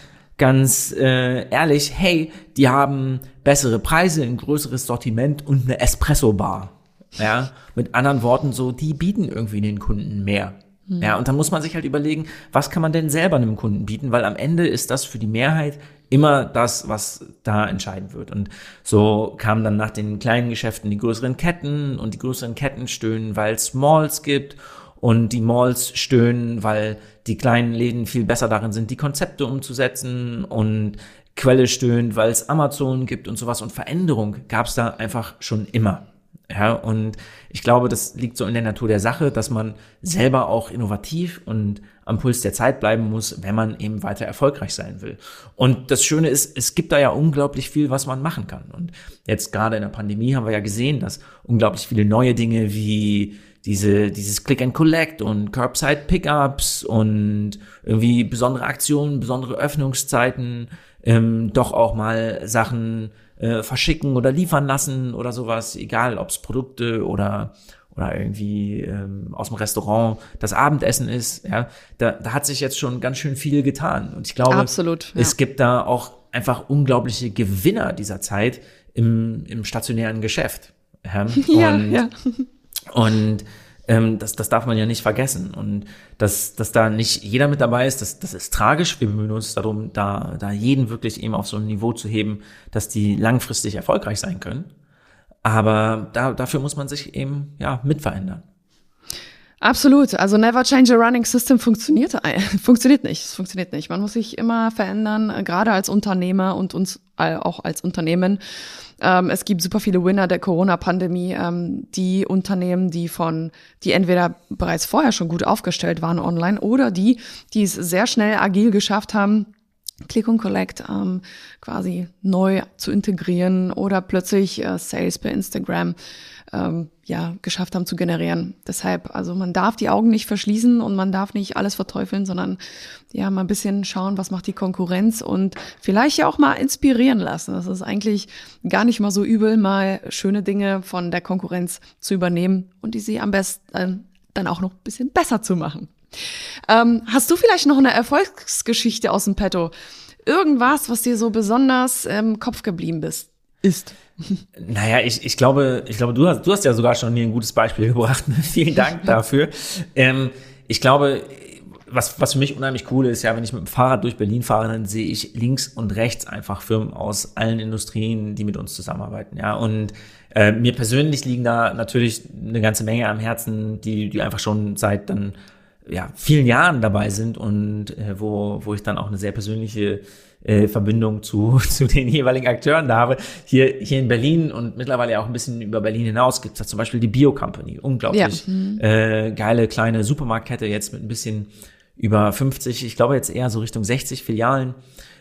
ganz ehrlich, hey, die haben bessere Preise, ein größeres Sortiment und eine Espresso-Bar. Ja, mit anderen Worten so, die bieten irgendwie den Kunden mehr. Ja, und dann muss man sich halt überlegen, was kann man denn selber einem Kunden bieten, weil am Ende ist das für die Mehrheit immer das, was da entscheiden wird. Und so kamen dann nach den kleinen Geschäften die größeren Ketten und die größeren Ketten stöhnen, weil es Malls gibt und die Malls stöhnen, weil die kleinen Läden viel besser darin sind, die Konzepte umzusetzen und Quelle stöhnt, weil es Amazon gibt und sowas und Veränderung gab es da einfach schon immer. Ja, und ich glaube, das liegt so in der Natur der Sache, dass man selber auch innovativ und am Puls der Zeit bleiben muss, wenn man eben weiter erfolgreich sein will. Und das Schöne ist, es gibt da ja unglaublich viel, was man machen kann. Und jetzt gerade in der Pandemie haben wir ja gesehen, dass unglaublich viele neue Dinge wie dieses Click and Collect und Curbside Pickups und irgendwie besondere Aktionen, besondere Öffnungszeiten, doch auch mal Sachen verschicken oder liefern lassen oder sowas, egal ob es Produkte oder irgendwie aus dem Restaurant das Abendessen ist, ja, da hat sich jetzt schon ganz schön viel getan. Und ich glaube, absolut, ja. Es gibt da auch einfach unglaubliche Gewinner dieser Zeit, im stationären Geschäft. Ja, Ja. Und das darf man ja nicht vergessen. Und dass da nicht jeder mit dabei ist, das ist tragisch. Wir bemühen uns darum, da jeden wirklich eben auf so ein Niveau zu heben, dass die langfristig erfolgreich sein können. Aber dafür muss man sich eben mit verändern. Absolut. Also never change a running system funktioniert nicht. Es funktioniert nicht. Man muss sich immer verändern, gerade als Unternehmer und uns auch als Unternehmen. Es gibt super viele Winner der Corona-Pandemie, die Unternehmen, die entweder bereits vorher schon gut aufgestellt waren online oder die es sehr schnell agil geschafft haben, Click und Collect quasi neu zu integrieren oder plötzlich Sales per Instagram geschafft haben zu generieren. Deshalb, also man darf die Augen nicht verschließen und man darf nicht alles verteufeln, sondern mal ein bisschen schauen, was macht die Konkurrenz und vielleicht ja auch mal inspirieren lassen. Das ist eigentlich gar nicht mal so übel, mal schöne Dinge von der Konkurrenz zu übernehmen und sie am besten dann auch noch ein bisschen besser zu machen. Hast du vielleicht noch eine Erfolgsgeschichte aus dem Petto? Irgendwas, was dir so besonders im Kopf geblieben ist? Naja, ich glaube, du hast ja sogar schon hier ein gutes Beispiel gebracht. Vielen Dank dafür. Ich glaube, was für mich unheimlich cool ist, wenn ich mit dem Fahrrad durch Berlin fahre, dann sehe ich links und rechts einfach Firmen aus allen Industrien, die mit uns zusammenarbeiten. Ja, und mir persönlich liegen da natürlich eine ganze Menge am Herzen, die einfach schon seit dann vielen Jahren dabei sind und wo ich dann auch eine sehr persönliche Verbindung zu den jeweiligen Akteuren da habe. Hier in Berlin und mittlerweile auch ein bisschen über Berlin hinaus gibt es da zum Beispiel die Bio Company. Unglaublich geile kleine Supermarktkette, jetzt mit ein bisschen über 50, ich glaube jetzt eher so Richtung 60 Filialen.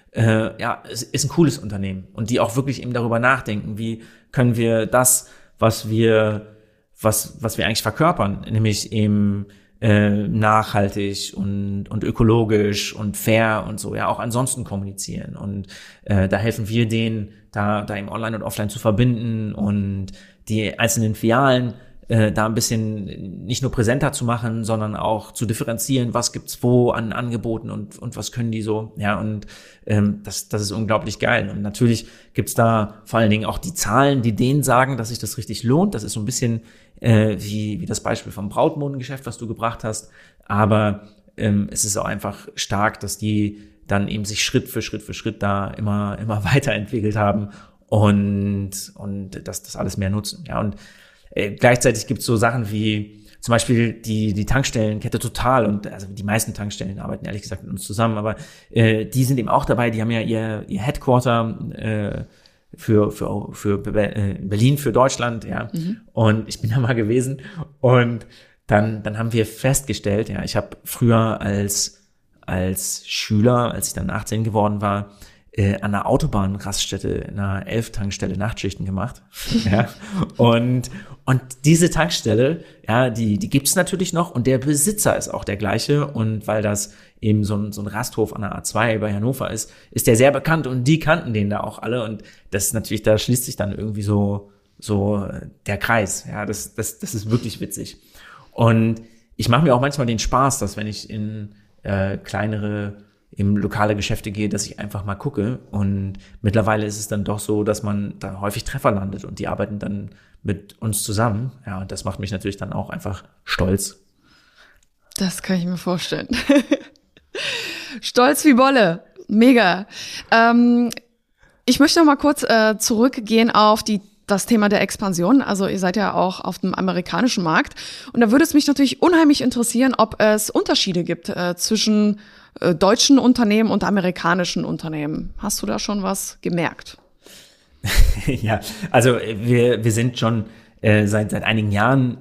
Es ist ein cooles Unternehmen und die auch wirklich eben darüber nachdenken, wie können wir das, was wir eigentlich verkörpern, nämlich eben nachhaltig und ökologisch und fair und so, auch ansonsten kommunizieren. Und da helfen wir denen, da eben online und offline zu verbinden und die einzelnen Filialen da ein bisschen nicht nur präsenter zu machen, sondern auch zu differenzieren, was gibt's wo an Angeboten und was können die so. Ja, und das ist unglaublich geil. Und natürlich gibt's da vor allen Dingen auch die Zahlen, die denen sagen, dass sich das richtig lohnt. Das ist so ein bisschen wie das Beispiel vom Brautmodengeschäft, was du gebracht hast. Aber es ist auch einfach stark, dass die dann eben sich Schritt für Schritt da immer weiterentwickelt haben und das alles mehr nutzen. Ja, und gleichzeitig gibt's so Sachen wie zum Beispiel die Tankstellenkette Total und also die meisten Tankstellen arbeiten ehrlich gesagt mit uns zusammen, aber die sind eben auch dabei, die haben ja ihr Headquarter für Berlin, für Deutschland, Und ich bin da mal gewesen und dann haben wir festgestellt, ich habe früher als Schüler, als ich dann 18 geworden war, an einer Autobahnraststätte in einer 11-Tankstelle Nachtschichten gemacht. Und diese Tankstelle, die gibt's natürlich noch und der Besitzer ist auch der gleiche und weil das eben so ein Rasthof an der A2 bei Hannover ist der sehr bekannt und die kannten den da auch alle und das ist natürlich, da schließt sich dann irgendwie so der Kreis. Ja, das ist wirklich witzig. Und ich mache mir auch manchmal den Spaß, dass wenn ich in kleinere eben lokale Geschäfte gehe, dass ich einfach mal gucke und mittlerweile ist es dann doch so, dass man da häufig Treffer landet und die arbeiten dann mit uns zusammen. Ja, und das macht mich natürlich dann auch einfach stolz. Das kann ich mir vorstellen. Stolz wie Bolle. Mega. Ich möchte noch mal kurz zurückgehen auf das Thema der Expansion. Also ihr seid ja auch auf dem amerikanischen Markt. Und da würde es mich natürlich unheimlich interessieren, ob es Unterschiede gibt zwischen deutschen Unternehmen und amerikanischen Unternehmen. Hast du da schon was gemerkt? Ja, also wir sind schon seit einigen Jahren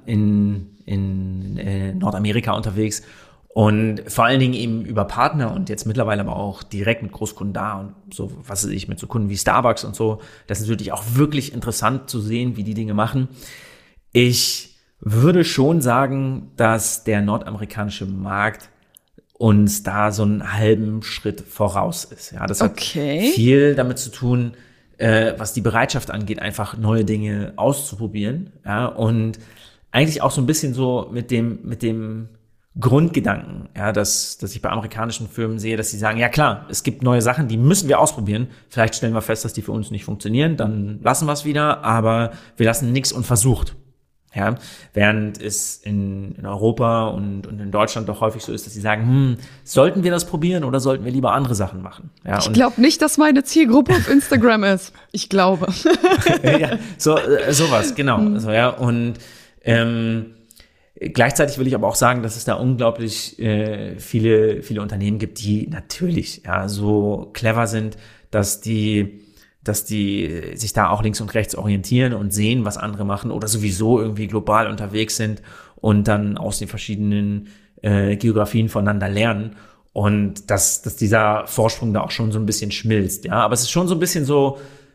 in Nordamerika unterwegs und vor allen Dingen eben über Partner und jetzt mittlerweile aber auch direkt mit Großkunden da und so, was weiß ich, mit so Kunden wie Starbucks und so. Das ist natürlich auch wirklich interessant zu sehen, wie die Dinge machen. Ich würde schon sagen, dass der nordamerikanische Markt uns da so einen halben Schritt voraus ist. Ja, das hat viel damit zu tun, was die Bereitschaft angeht, einfach neue Dinge auszuprobieren. Ja, und eigentlich auch so ein bisschen so mit dem Grundgedanken, ja, dass ich bei amerikanischen Firmen sehe, dass sie sagen, ja klar, es gibt neue Sachen, die müssen wir ausprobieren. Vielleicht stellen wir fest, dass die für uns nicht funktionieren, dann lassen wir es wieder, aber wir lassen nichts unversucht. Ja, während es in Europa und in Deutschland doch häufig so ist, dass sie sagen, sollten wir das probieren oder sollten wir lieber andere Sachen machen? Ja, ich glaube nicht, dass meine Zielgruppe auf Instagram ist. Ich glaube. Ja, sowas, genau. So, ja, und gleichzeitig will ich aber auch sagen, dass es da unglaublich viele Unternehmen gibt, die natürlich so clever sind, dass die sich da auch links und rechts orientieren und sehen, was andere machen oder sowieso irgendwie global unterwegs sind und dann aus den verschiedenen Geografien voneinander lernen und dass dieser Vorsprung da auch schon so ein bisschen schmilzt. Ja, aber es ist schon so ein bisschen so,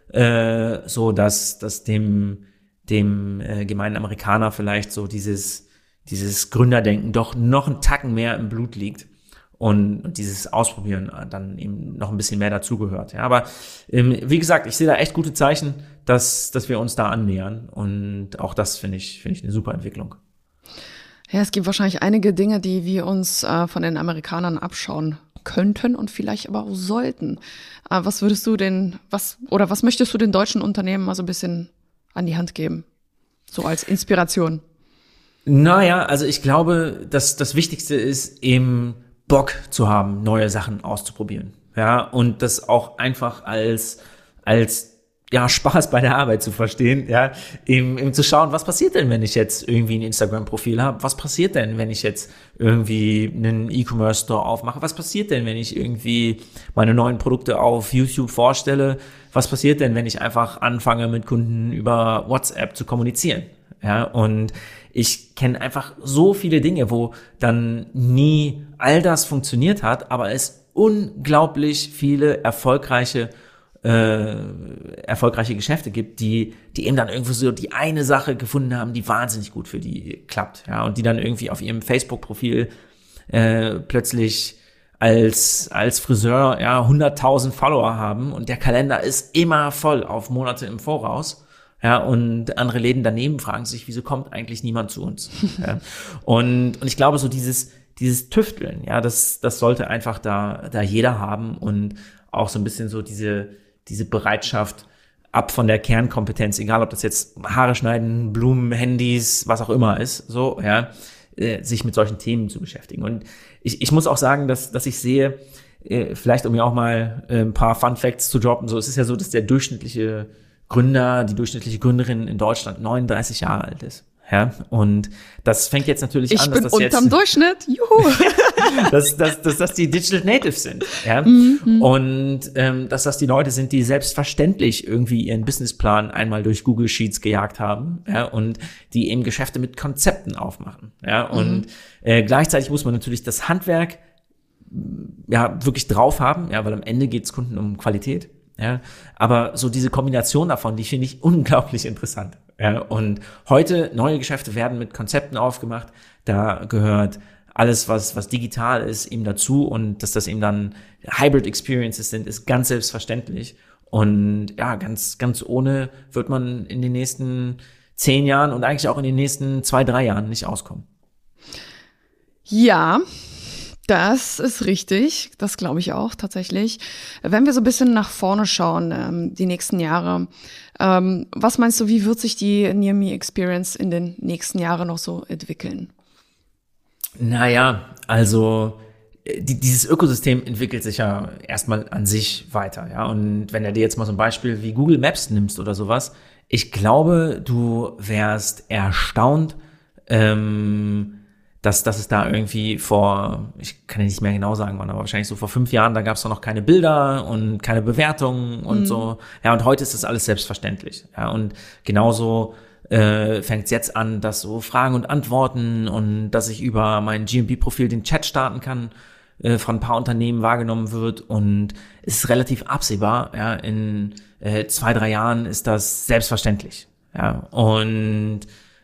dass dem gemeinen Amerikaner vielleicht so dieses Gründerdenken doch noch einen Tacken mehr im Blut liegt. Und dieses Ausprobieren dann eben noch ein bisschen mehr dazugehört. Ja, aber wie gesagt, ich sehe da echt gute Zeichen, dass wir uns da annähern. Und auch das finde ich eine super Entwicklung. Ja, es gibt wahrscheinlich einige Dinge, die wir uns von den Amerikanern abschauen könnten und vielleicht aber auch sollten. Was möchtest du den deutschen Unternehmen mal so ein bisschen an die Hand geben? So als Inspiration. Naja, also ich glaube, dass das Wichtigste ist eben Bock zu haben, neue Sachen auszuprobieren. Ja, und das auch einfach als Spaß bei der Arbeit zu verstehen, ja, eben zu schauen, was passiert denn, wenn ich jetzt irgendwie ein Instagram-Profil habe? Was passiert denn, wenn ich jetzt irgendwie einen E-Commerce-Store aufmache? Was passiert denn, wenn ich irgendwie meine neuen Produkte auf YouTube vorstelle? Was passiert denn, wenn ich einfach anfange, mit Kunden über WhatsApp zu kommunizieren? Ja, und ich kenne einfach so viele Dinge, wo dann nie all das funktioniert hat, aber es unglaublich viele erfolgreiche Geschäfte gibt, die eben dann irgendwo so die eine Sache gefunden haben, die wahnsinnig gut für die klappt, ja, und die dann irgendwie auf ihrem Facebook-Profil plötzlich als Friseur 100.000 Follower haben und der Kalender ist immer voll auf Monate im Voraus. Ja, und andere Läden daneben fragen sich, wieso kommt eigentlich niemand zu uns? Ja, und ich glaube, so dieses Tüfteln, ja, das sollte einfach da jeder haben und auch so ein bisschen so diese Bereitschaft ab von der Kernkompetenz, egal ob das jetzt Haare schneiden, Blumen, Handys, was auch immer ist, so, ja, sich mit solchen Themen zu beschäftigen. Und ich muss auch sagen, dass ich sehe, vielleicht um mir auch mal ein paar Fun Facts zu droppen, so, es ist ja so, dass der durchschnittliche Gründer, die durchschnittliche Gründerin in Deutschland 39 Jahre alt ist. Ja, und das fängt jetzt natürlich an, dass das jetzt... Ich bin unterm Durchschnitt, juhu! dass die Digital Natives sind, ja. Und dass das die Leute sind, die selbstverständlich irgendwie ihren Businessplan einmal durch Google Sheets gejagt haben, ja, und die eben Geschäfte mit Konzepten aufmachen, ja. Und gleichzeitig muss man natürlich das Handwerk wirklich drauf haben, ja, weil am Ende geht es Kunden um Qualität. Ja, aber so diese Kombination davon, die finde ich unglaublich interessant. Ja, und heute neue Geschäfte werden mit Konzepten aufgemacht. Da gehört alles, was digital ist, eben dazu und dass das eben dann Hybrid Experiences sind, ist ganz selbstverständlich. Und ja, ganz ohne wird man in den nächsten 10 Jahren und eigentlich auch in den nächsten 2-3 Jahren nicht auskommen. Ja. Das ist richtig, das glaube ich auch tatsächlich. Wenn wir so ein bisschen nach vorne schauen, die nächsten Jahre, was meinst du, wie wird sich die Near Me Experience in den nächsten Jahren noch so entwickeln? Naja, also dieses Ökosystem entwickelt sich ja erstmal an sich weiter, ja. Und wenn du dir jetzt mal so ein Beispiel wie Google Maps nimmst oder sowas, ich glaube, du wärst erstaunt, dass es da irgendwie ich kann ja nicht mehr genau sagen, wann, aber wahrscheinlich so vor 5 Jahren, da gab es noch keine Bilder und keine Bewertungen und so. Ja, und heute ist das alles selbstverständlich. Ja, und genauso fängt es jetzt an, dass so Fragen und Antworten und dass ich über mein GMB-Profil den Chat starten kann, von ein paar Unternehmen wahrgenommen wird. Und es ist relativ absehbar, ja, in 2-3 Jahren ist das selbstverständlich. Ja, und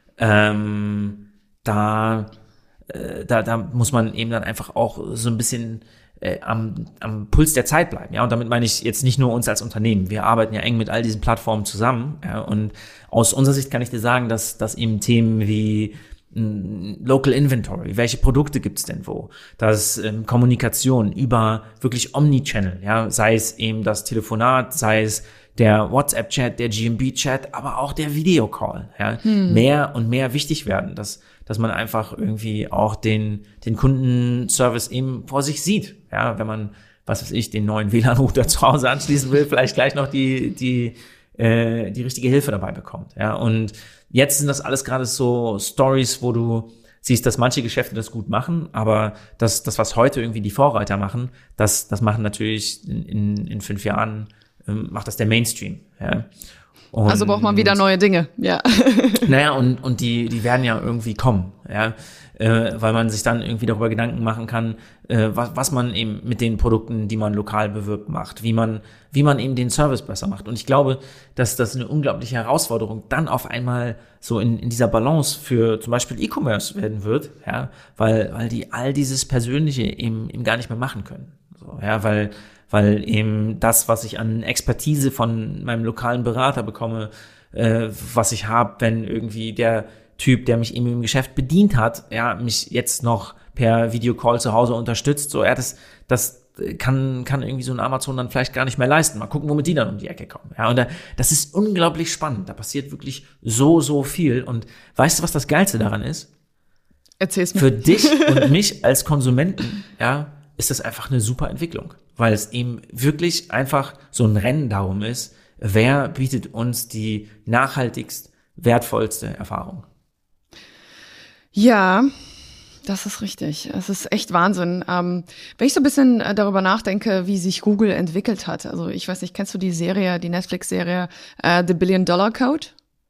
da muss man eben dann einfach auch so ein bisschen am Puls der Zeit bleiben. Ja, und damit meine ich jetzt nicht nur uns als Unternehmen. Wir arbeiten ja eng mit all diesen Plattformen zusammen. Ja, und aus unserer Sicht kann ich dir sagen, dass eben Themen wie Local Inventory, welche Produkte gibt's denn wo? Das Kommunikation über wirklich Omnichannel, ja, sei es eben das Telefonat, sei es der WhatsApp-Chat, der GMB-Chat, aber auch der Videocall, ja, mehr und mehr wichtig werden, dass man einfach irgendwie auch den Kundenservice eben vor sich sieht, ja, wenn man, was weiß ich, den neuen WLAN-Router zu Hause anschließen will, vielleicht gleich noch die richtige Hilfe dabei bekommt, ja, und jetzt sind das alles gerade so Stories, wo du siehst, dass manche Geschäfte das gut machen, aber das was heute irgendwie die Vorreiter machen, das machen natürlich in 5 Jahren macht das der Mainstream, ja. Und, also braucht man wieder neue Dinge, ja. Naja, und die werden ja irgendwie kommen, ja, weil man sich dann irgendwie darüber Gedanken machen kann, was man eben mit den Produkten, die man lokal bewirbt, macht, wie man eben den Service besser macht. Und ich glaube, dass das eine unglaubliche Herausforderung dann auf einmal so in dieser Balance für zum Beispiel E-Commerce werden wird, ja, weil die all dieses Persönliche eben gar nicht mehr machen können, so, ja, weil eben das, was ich an Expertise von meinem lokalen Berater bekomme, was ich habe, wenn irgendwie der Typ, der mich eben im Geschäft bedient hat, ja, mich jetzt noch per Videocall zu Hause unterstützt, so, ja, das kann irgendwie so ein Amazon dann vielleicht gar nicht mehr leisten. Mal gucken, womit die dann um die Ecke kommen. Ja, und das ist unglaublich spannend. Da passiert wirklich so viel. Und weißt du, was das Geilste daran ist? Erzähl's mir. Für dich und mich als Konsumenten, ja, ist das einfach eine super Entwicklung, weil es eben wirklich einfach so ein Rennen darum ist, wer bietet uns die nachhaltigst wertvollste Erfahrung. Ja, das ist richtig. Es ist echt Wahnsinn. Wenn ich so ein bisschen darüber nachdenke, wie sich Google entwickelt hat, also ich weiß nicht, kennst du die Netflix-Serie The $1 Billion Code?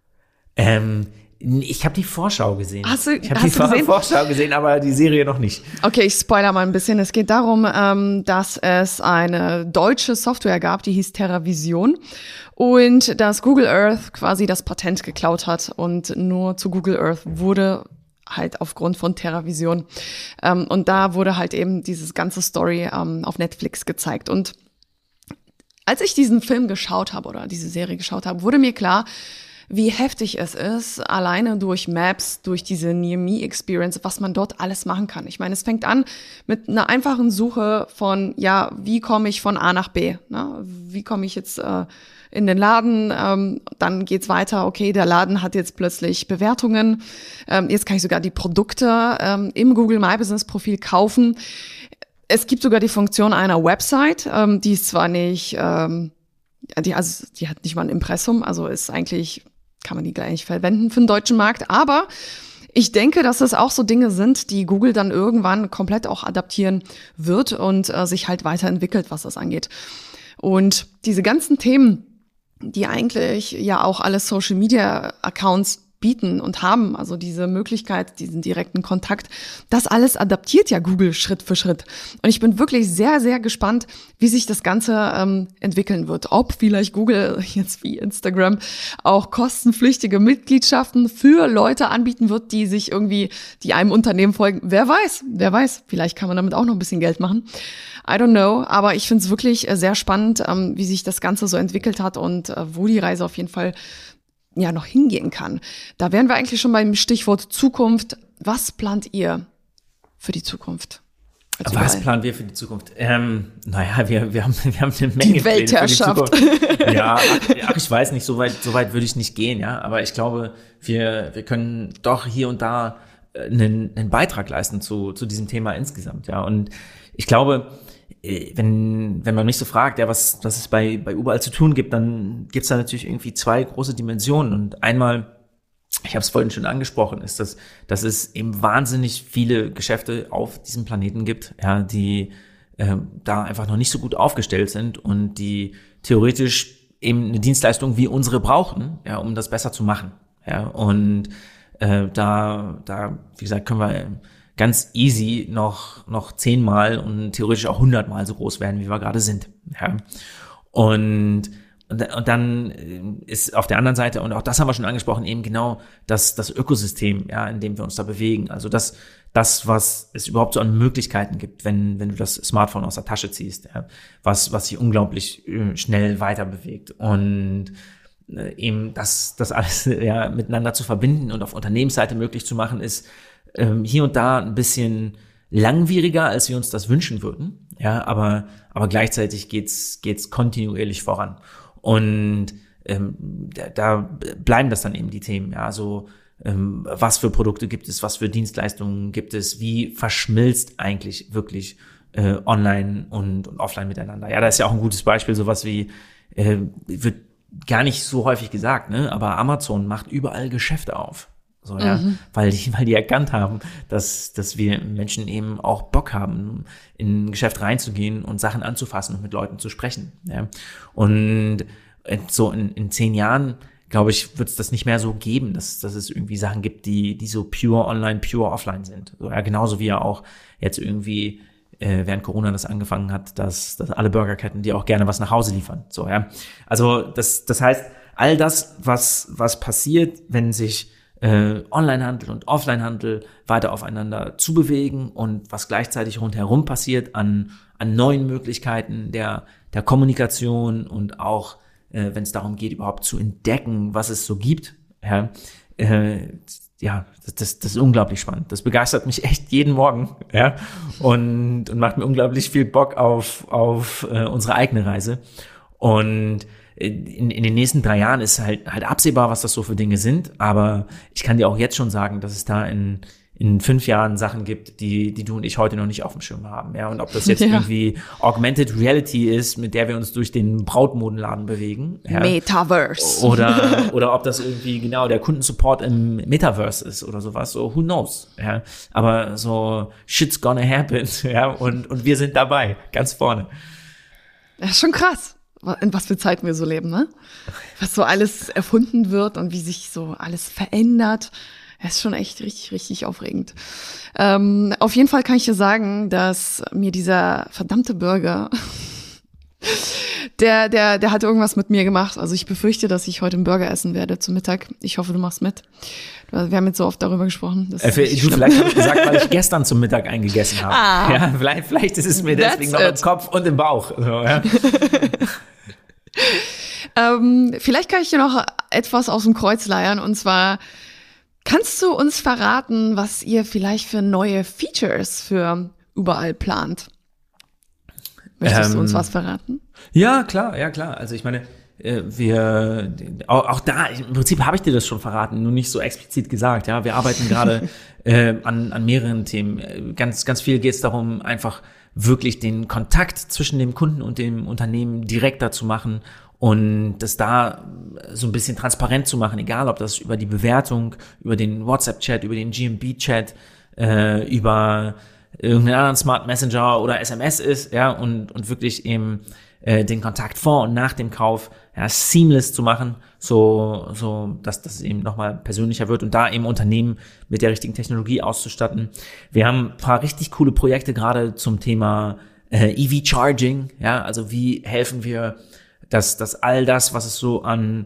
Ich habe die Vorschau gesehen. Ich habe die Vorschau gesehen, aber die Serie noch nicht. Okay, ich spoiler mal ein bisschen. Es geht darum, dass es eine deutsche Software gab, die hieß TerraVision und dass Google Earth quasi das Patent geklaut hat und nur zu Google Earth wurde halt aufgrund von TerraVision. Und da wurde halt eben dieses ganze Story auf Netflix gezeigt. Und als ich diesen Film geschaut habe oder diese Serie geschaut habe, wurde mir klar, wie heftig es ist, alleine durch Maps, durch diese Near-Me-Experience, was man dort alles machen kann. Ich meine, es fängt an mit einer einfachen Suche von, ja, wie komme ich von A nach B? Ne? Wie komme ich jetzt in den Laden? Dann geht's weiter, okay, der Laden hat jetzt plötzlich Bewertungen. Jetzt kann ich sogar die Produkte im Google My Business Profil kaufen. Es gibt sogar die Funktion einer Website, die ist zwar nicht, die hat nicht mal ein Impressum, also ist eigentlich, kann man die gleich nicht verwenden für den deutschen Markt, aber ich denke, dass es auch so Dinge sind, die Google dann irgendwann komplett auch adaptieren wird und sich halt weiterentwickelt, was das angeht. Und diese ganzen Themen, die eigentlich ja auch alle Social-Media-Accounts bieten und haben, also diese Möglichkeit, diesen direkten Kontakt, das alles adaptiert ja Google Schritt für Schritt. Und ich bin wirklich sehr, sehr gespannt, wie sich das Ganze entwickeln wird. Ob vielleicht Google jetzt wie Instagram auch kostenpflichtige Mitgliedschaften für Leute anbieten wird, die einem Unternehmen folgen. Wer weiß, vielleicht kann man damit auch noch ein bisschen Geld machen. I don't know, aber ich finde es wirklich sehr spannend, wie sich das Ganze so entwickelt hat und wo die Reise auf jeden Fall ja noch hingehen kann. Da wären wir eigentlich schon beim Stichwort Zukunft. Was plant ihr für die Zukunft? Was planen wir für die Zukunft? Naja, wir haben eine Menge die Weltherrschaft. Pläne für die Zukunft. Ja, ach, ich weiß nicht, so weit würde ich nicht gehen, ja. Aber ich glaube, wir können doch hier und da einen Beitrag leisten zu diesem Thema insgesamt, ja. Und ich glaube, wenn man mich so fragt, ja, was es bei überall zu tun gibt, dann gibt's da natürlich irgendwie 2 große Dimensionen. Und einmal, ich habe es vorhin schon angesprochen, ist, dass es eben wahnsinnig viele Geschäfte auf diesem Planeten gibt, ja, die da einfach noch nicht so gut aufgestellt sind und die theoretisch eben eine Dienstleistung wie unsere brauchen, ja, um das besser zu machen. Ja, und da, wie gesagt, können wir ganz easy noch 10-mal und theoretisch auch 100-mal so groß werden, wie wir gerade sind. Ja. Und dann ist auf der anderen Seite, und auch das haben wir schon angesprochen, eben genau das Ökosystem, ja, in dem wir uns da bewegen. Also das, was es überhaupt so an Möglichkeiten gibt, wenn du das Smartphone aus der Tasche ziehst, ja, was sich unglaublich schnell weiter bewegt. Und eben das alles ja miteinander zu verbinden und auf Unternehmensseite möglich zu machen, ist hier und da ein bisschen langwieriger, als wir uns das wünschen würden. Ja, aber gleichzeitig geht's kontinuierlich voran. Und da bleiben das dann eben die Themen. Ja, so was für Produkte gibt es, was für Dienstleistungen gibt es, wie verschmilzt eigentlich wirklich online und offline miteinander. Ja, da ist ja auch ein gutes Beispiel, sowas wie wird gar nicht so häufig gesagt, ne? Aber Amazon macht überall Geschäfte auf. So, ja, weil die erkannt haben, dass wir Menschen eben auch Bock haben, in ein Geschäft reinzugehen und Sachen anzufassen und mit Leuten zu sprechen. Ja. Und so in 10 Jahren, glaube ich, wird es das nicht mehr so geben, dass es irgendwie Sachen gibt, die so pure online, pure offline sind. So, ja, genauso wie ja auch jetzt irgendwie während Corona das angefangen hat, dass alle Burgerketten dir auch gerne was nach Hause liefern. So, ja. Also das heißt, all das, was passiert, wenn sich Onlinehandel und Offlinehandel weiter aufeinander zubewegen und was gleichzeitig rundherum passiert an neuen Möglichkeiten der Kommunikation und auch, wenn es darum geht, überhaupt zu entdecken, was es so gibt. Ja, das ist unglaublich spannend. Das begeistert mich echt jeden Morgen, ja, und macht mir unglaublich viel Bock auf unsere eigene Reise. Und in den nächsten 3 Jahren ist halt absehbar, was das so für Dinge sind, aber ich kann dir auch jetzt schon sagen, dass es da in 5 Jahren Sachen gibt, die du und ich heute noch nicht auf dem Schirm haben, ja, und ob das jetzt irgendwie Augmented Reality ist, mit der wir uns durch den Brautmodenladen bewegen, ja, Metaverse oder ob das irgendwie genau der Kundensupport im Metaverse ist oder sowas, so who knows, ja, aber so shit's gonna happen, ja, und wir sind dabei, ganz vorne. Das ist schon krass, in was für Zeiten wir so leben, ne? Was so alles erfunden wird und wie sich so alles verändert. Das ist schon echt richtig, richtig aufregend. Auf jeden Fall kann ich dir sagen, dass mir dieser verdammte Burger, der hat irgendwas mit mir gemacht. Also ich befürchte, dass ich heute einen Burger essen werde zum Mittag. Ich hoffe, du machst mit. Wir haben jetzt so oft darüber gesprochen. Vielleicht habe ich gesagt, weil ich gestern zum Mittag eingegessen habe. Ja, vielleicht ist es mir deswegen noch im Kopf und im Bauch. So, ja. Vielleicht kann ich dir noch etwas aus dem Kreuz leiern, und zwar kannst du uns verraten, was ihr vielleicht für neue Features für überall plant? Möchtest du uns was verraten? Ja, klar. Also ich meine, wir auch da, im Prinzip habe ich dir das schon verraten, nur nicht so explizit gesagt. Ja, wir arbeiten gerade an mehreren Themen. Ganz, ganz viel geht es darum, einfach wirklich den Kontakt zwischen dem Kunden und dem Unternehmen direkter zu machen und das da so ein bisschen transparent zu machen, egal ob das über die Bewertung, über den WhatsApp-Chat, über den GMB-Chat, über irgendeinen anderen Smart Messenger oder SMS ist, ja, und wirklich eben den Kontakt vor und nach dem Kauf ja seamless zu machen, so dass das eben nochmal persönlicher wird und da eben Unternehmen mit der richtigen Technologie auszustatten. Wir haben ein paar richtig coole Projekte gerade zum Thema EV Charging, ja, also wie helfen wir, dass all das, was es so an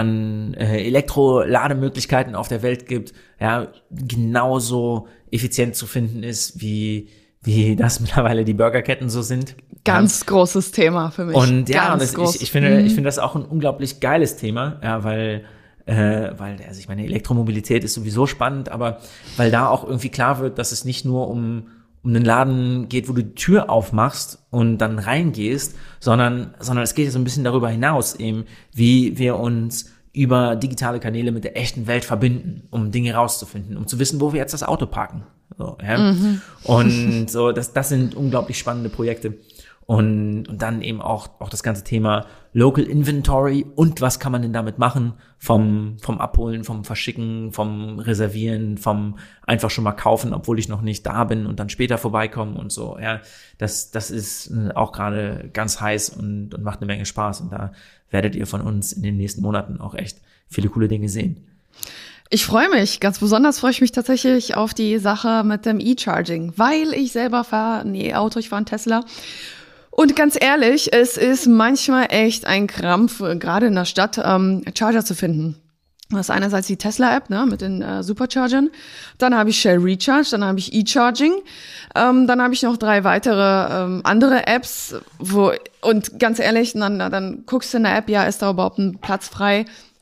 Elektrolademöglichkeiten auf der Welt gibt, ja, genauso effizient zu finden ist, wie das mittlerweile die Burgerketten so sind. Ganz großes Thema für mich. Und ja, ich finde das auch ein unglaublich geiles Thema, ja, weil also ich meine, Elektromobilität ist sowieso spannend, aber weil da auch irgendwie klar wird, dass es nicht nur um einen Laden geht, wo du die Tür aufmachst und dann reingehst, sondern es geht so ein bisschen darüber hinaus eben, wie wir uns über digitale Kanäle mit der echten Welt verbinden, um Dinge rauszufinden, um zu wissen, wo wir jetzt das Auto parken. So, ja. Und so, das sind unglaublich spannende Projekte. Und dann eben auch das ganze Thema Local Inventory und was kann man denn damit machen, vom Abholen, vom Verschicken, vom Reservieren, vom einfach schon mal kaufen, obwohl ich noch nicht da bin und dann später vorbeikommen und so. Ja, das ist auch gerade ganz heiß und macht eine Menge Spaß. Und da werdet ihr von uns in den nächsten Monaten auch echt viele coole Dinge sehen. Ich freue mich. Ganz besonders freue ich mich tatsächlich auf die Sache mit dem E-Charging, weil ich selber fahre ein E-Auto, ich fahre einen Tesla. Und ganz ehrlich, es ist manchmal echt ein Krampf, gerade in der Stadt, Charger zu finden. Das ist einerseits die Tesla-App, ne, mit den Superchargern. Dann habe ich Shell Recharge, dann habe ich E-Charging. Dann habe ich noch 3 weitere andere Apps, und ganz ehrlich, dann guckst du in der App, ja, ist da überhaupt ein Platz frei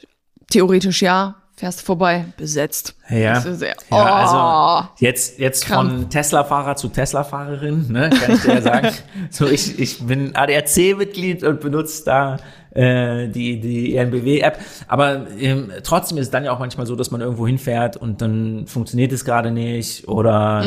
theoretisch ja. Fährst vorbei, besetzt. Ja, also jetzt von Tesla-Fahrer zu Tesla-Fahrerin, ne, kann ich dir ja sagen. So, ich bin ADAC-Mitglied und benutze da die ENBW-App. Aber trotzdem ist es dann ja auch manchmal so, dass man irgendwo hinfährt und dann funktioniert es gerade nicht oder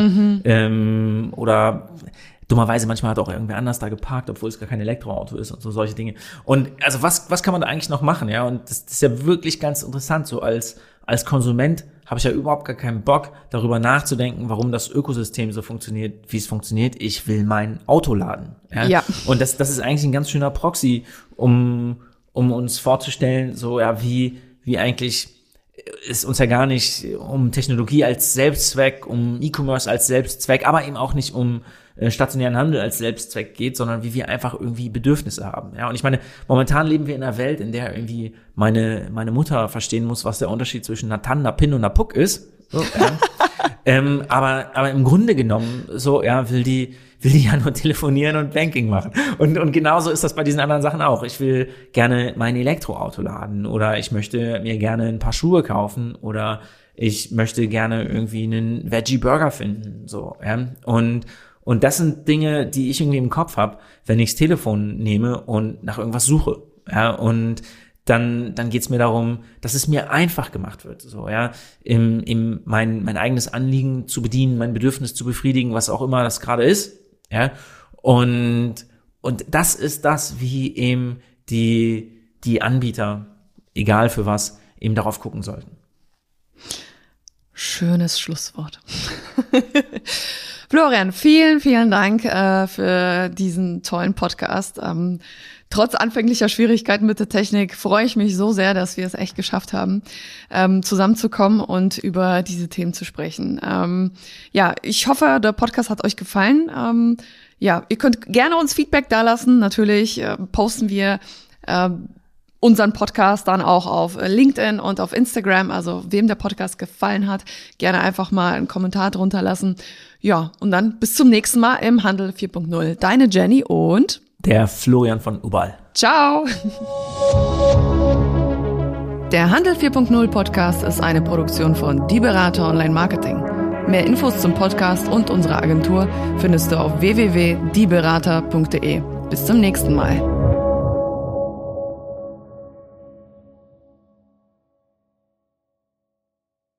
dummerweise manchmal hat auch irgendwer anders da geparkt, obwohl es gar kein Elektroauto ist und so solche Dinge. Und also was kann man da eigentlich noch machen? Ja, und das ist ja wirklich ganz interessant. So als Konsument habe ich ja überhaupt gar keinen Bock, darüber nachzudenken, warum das Ökosystem so funktioniert, wie es funktioniert. Ich will mein Auto laden. Ja. Und das ist eigentlich ein ganz schöner Proxy, um uns vorzustellen, so ja, wie eigentlich ist uns ja gar nicht um Technologie als Selbstzweck, um E-Commerce als Selbstzweck, aber eben auch nicht um stationären Handel als Selbstzweck geht, sondern wie wir einfach irgendwie Bedürfnisse haben. Ja, und ich meine, momentan leben wir in einer Welt, in der irgendwie meine Mutter verstehen muss, was der Unterschied zwischen einer Tann, einer Pin und einer Puck ist. So, ja. Aber im Grunde genommen, so, ja, will die ja nur telefonieren und Banking machen. Und genauso ist das bei diesen anderen Sachen auch. Ich will gerne mein Elektroauto laden oder ich möchte mir gerne ein paar Schuhe kaufen oder ich möchte gerne irgendwie einen Veggie-Burger finden, so, ja. Und das sind Dinge, die ich irgendwie im Kopf habe, wenn ich das Telefon nehme und nach irgendwas suche. Ja, und dann geht's mir darum, dass es mir einfach gemacht wird, so, ja, mein eigenes Anliegen zu bedienen, mein Bedürfnis zu befriedigen, was auch immer das gerade ist, ja. Und das ist das, wie eben die Anbieter, egal für was, eben darauf gucken sollten. Schönes Schlusswort. Florian, vielen, vielen Dank für diesen tollen Podcast. Trotz anfänglicher Schwierigkeiten mit der Technik freue ich mich so sehr, dass wir es echt geschafft haben, zusammenzukommen und über diese Themen zu sprechen. Ja, ich hoffe, der Podcast hat euch gefallen. Ja, ihr könnt gerne uns Feedback dalassen. Natürlich posten wir unseren Podcast dann auch auf LinkedIn und auf Instagram. Also wem der Podcast gefallen hat, gerne einfach mal einen Kommentar drunter lassen. Ja, und dann bis zum nächsten Mal im Handel 4.0. Deine Jenny und der Florian von Ubal. Ciao! Der Handel 4.0 Podcast ist eine Produktion von Die Berater Online Marketing. Mehr Infos zum Podcast und unserer Agentur findest du auf www.dieberater.de. Bis zum nächsten Mal.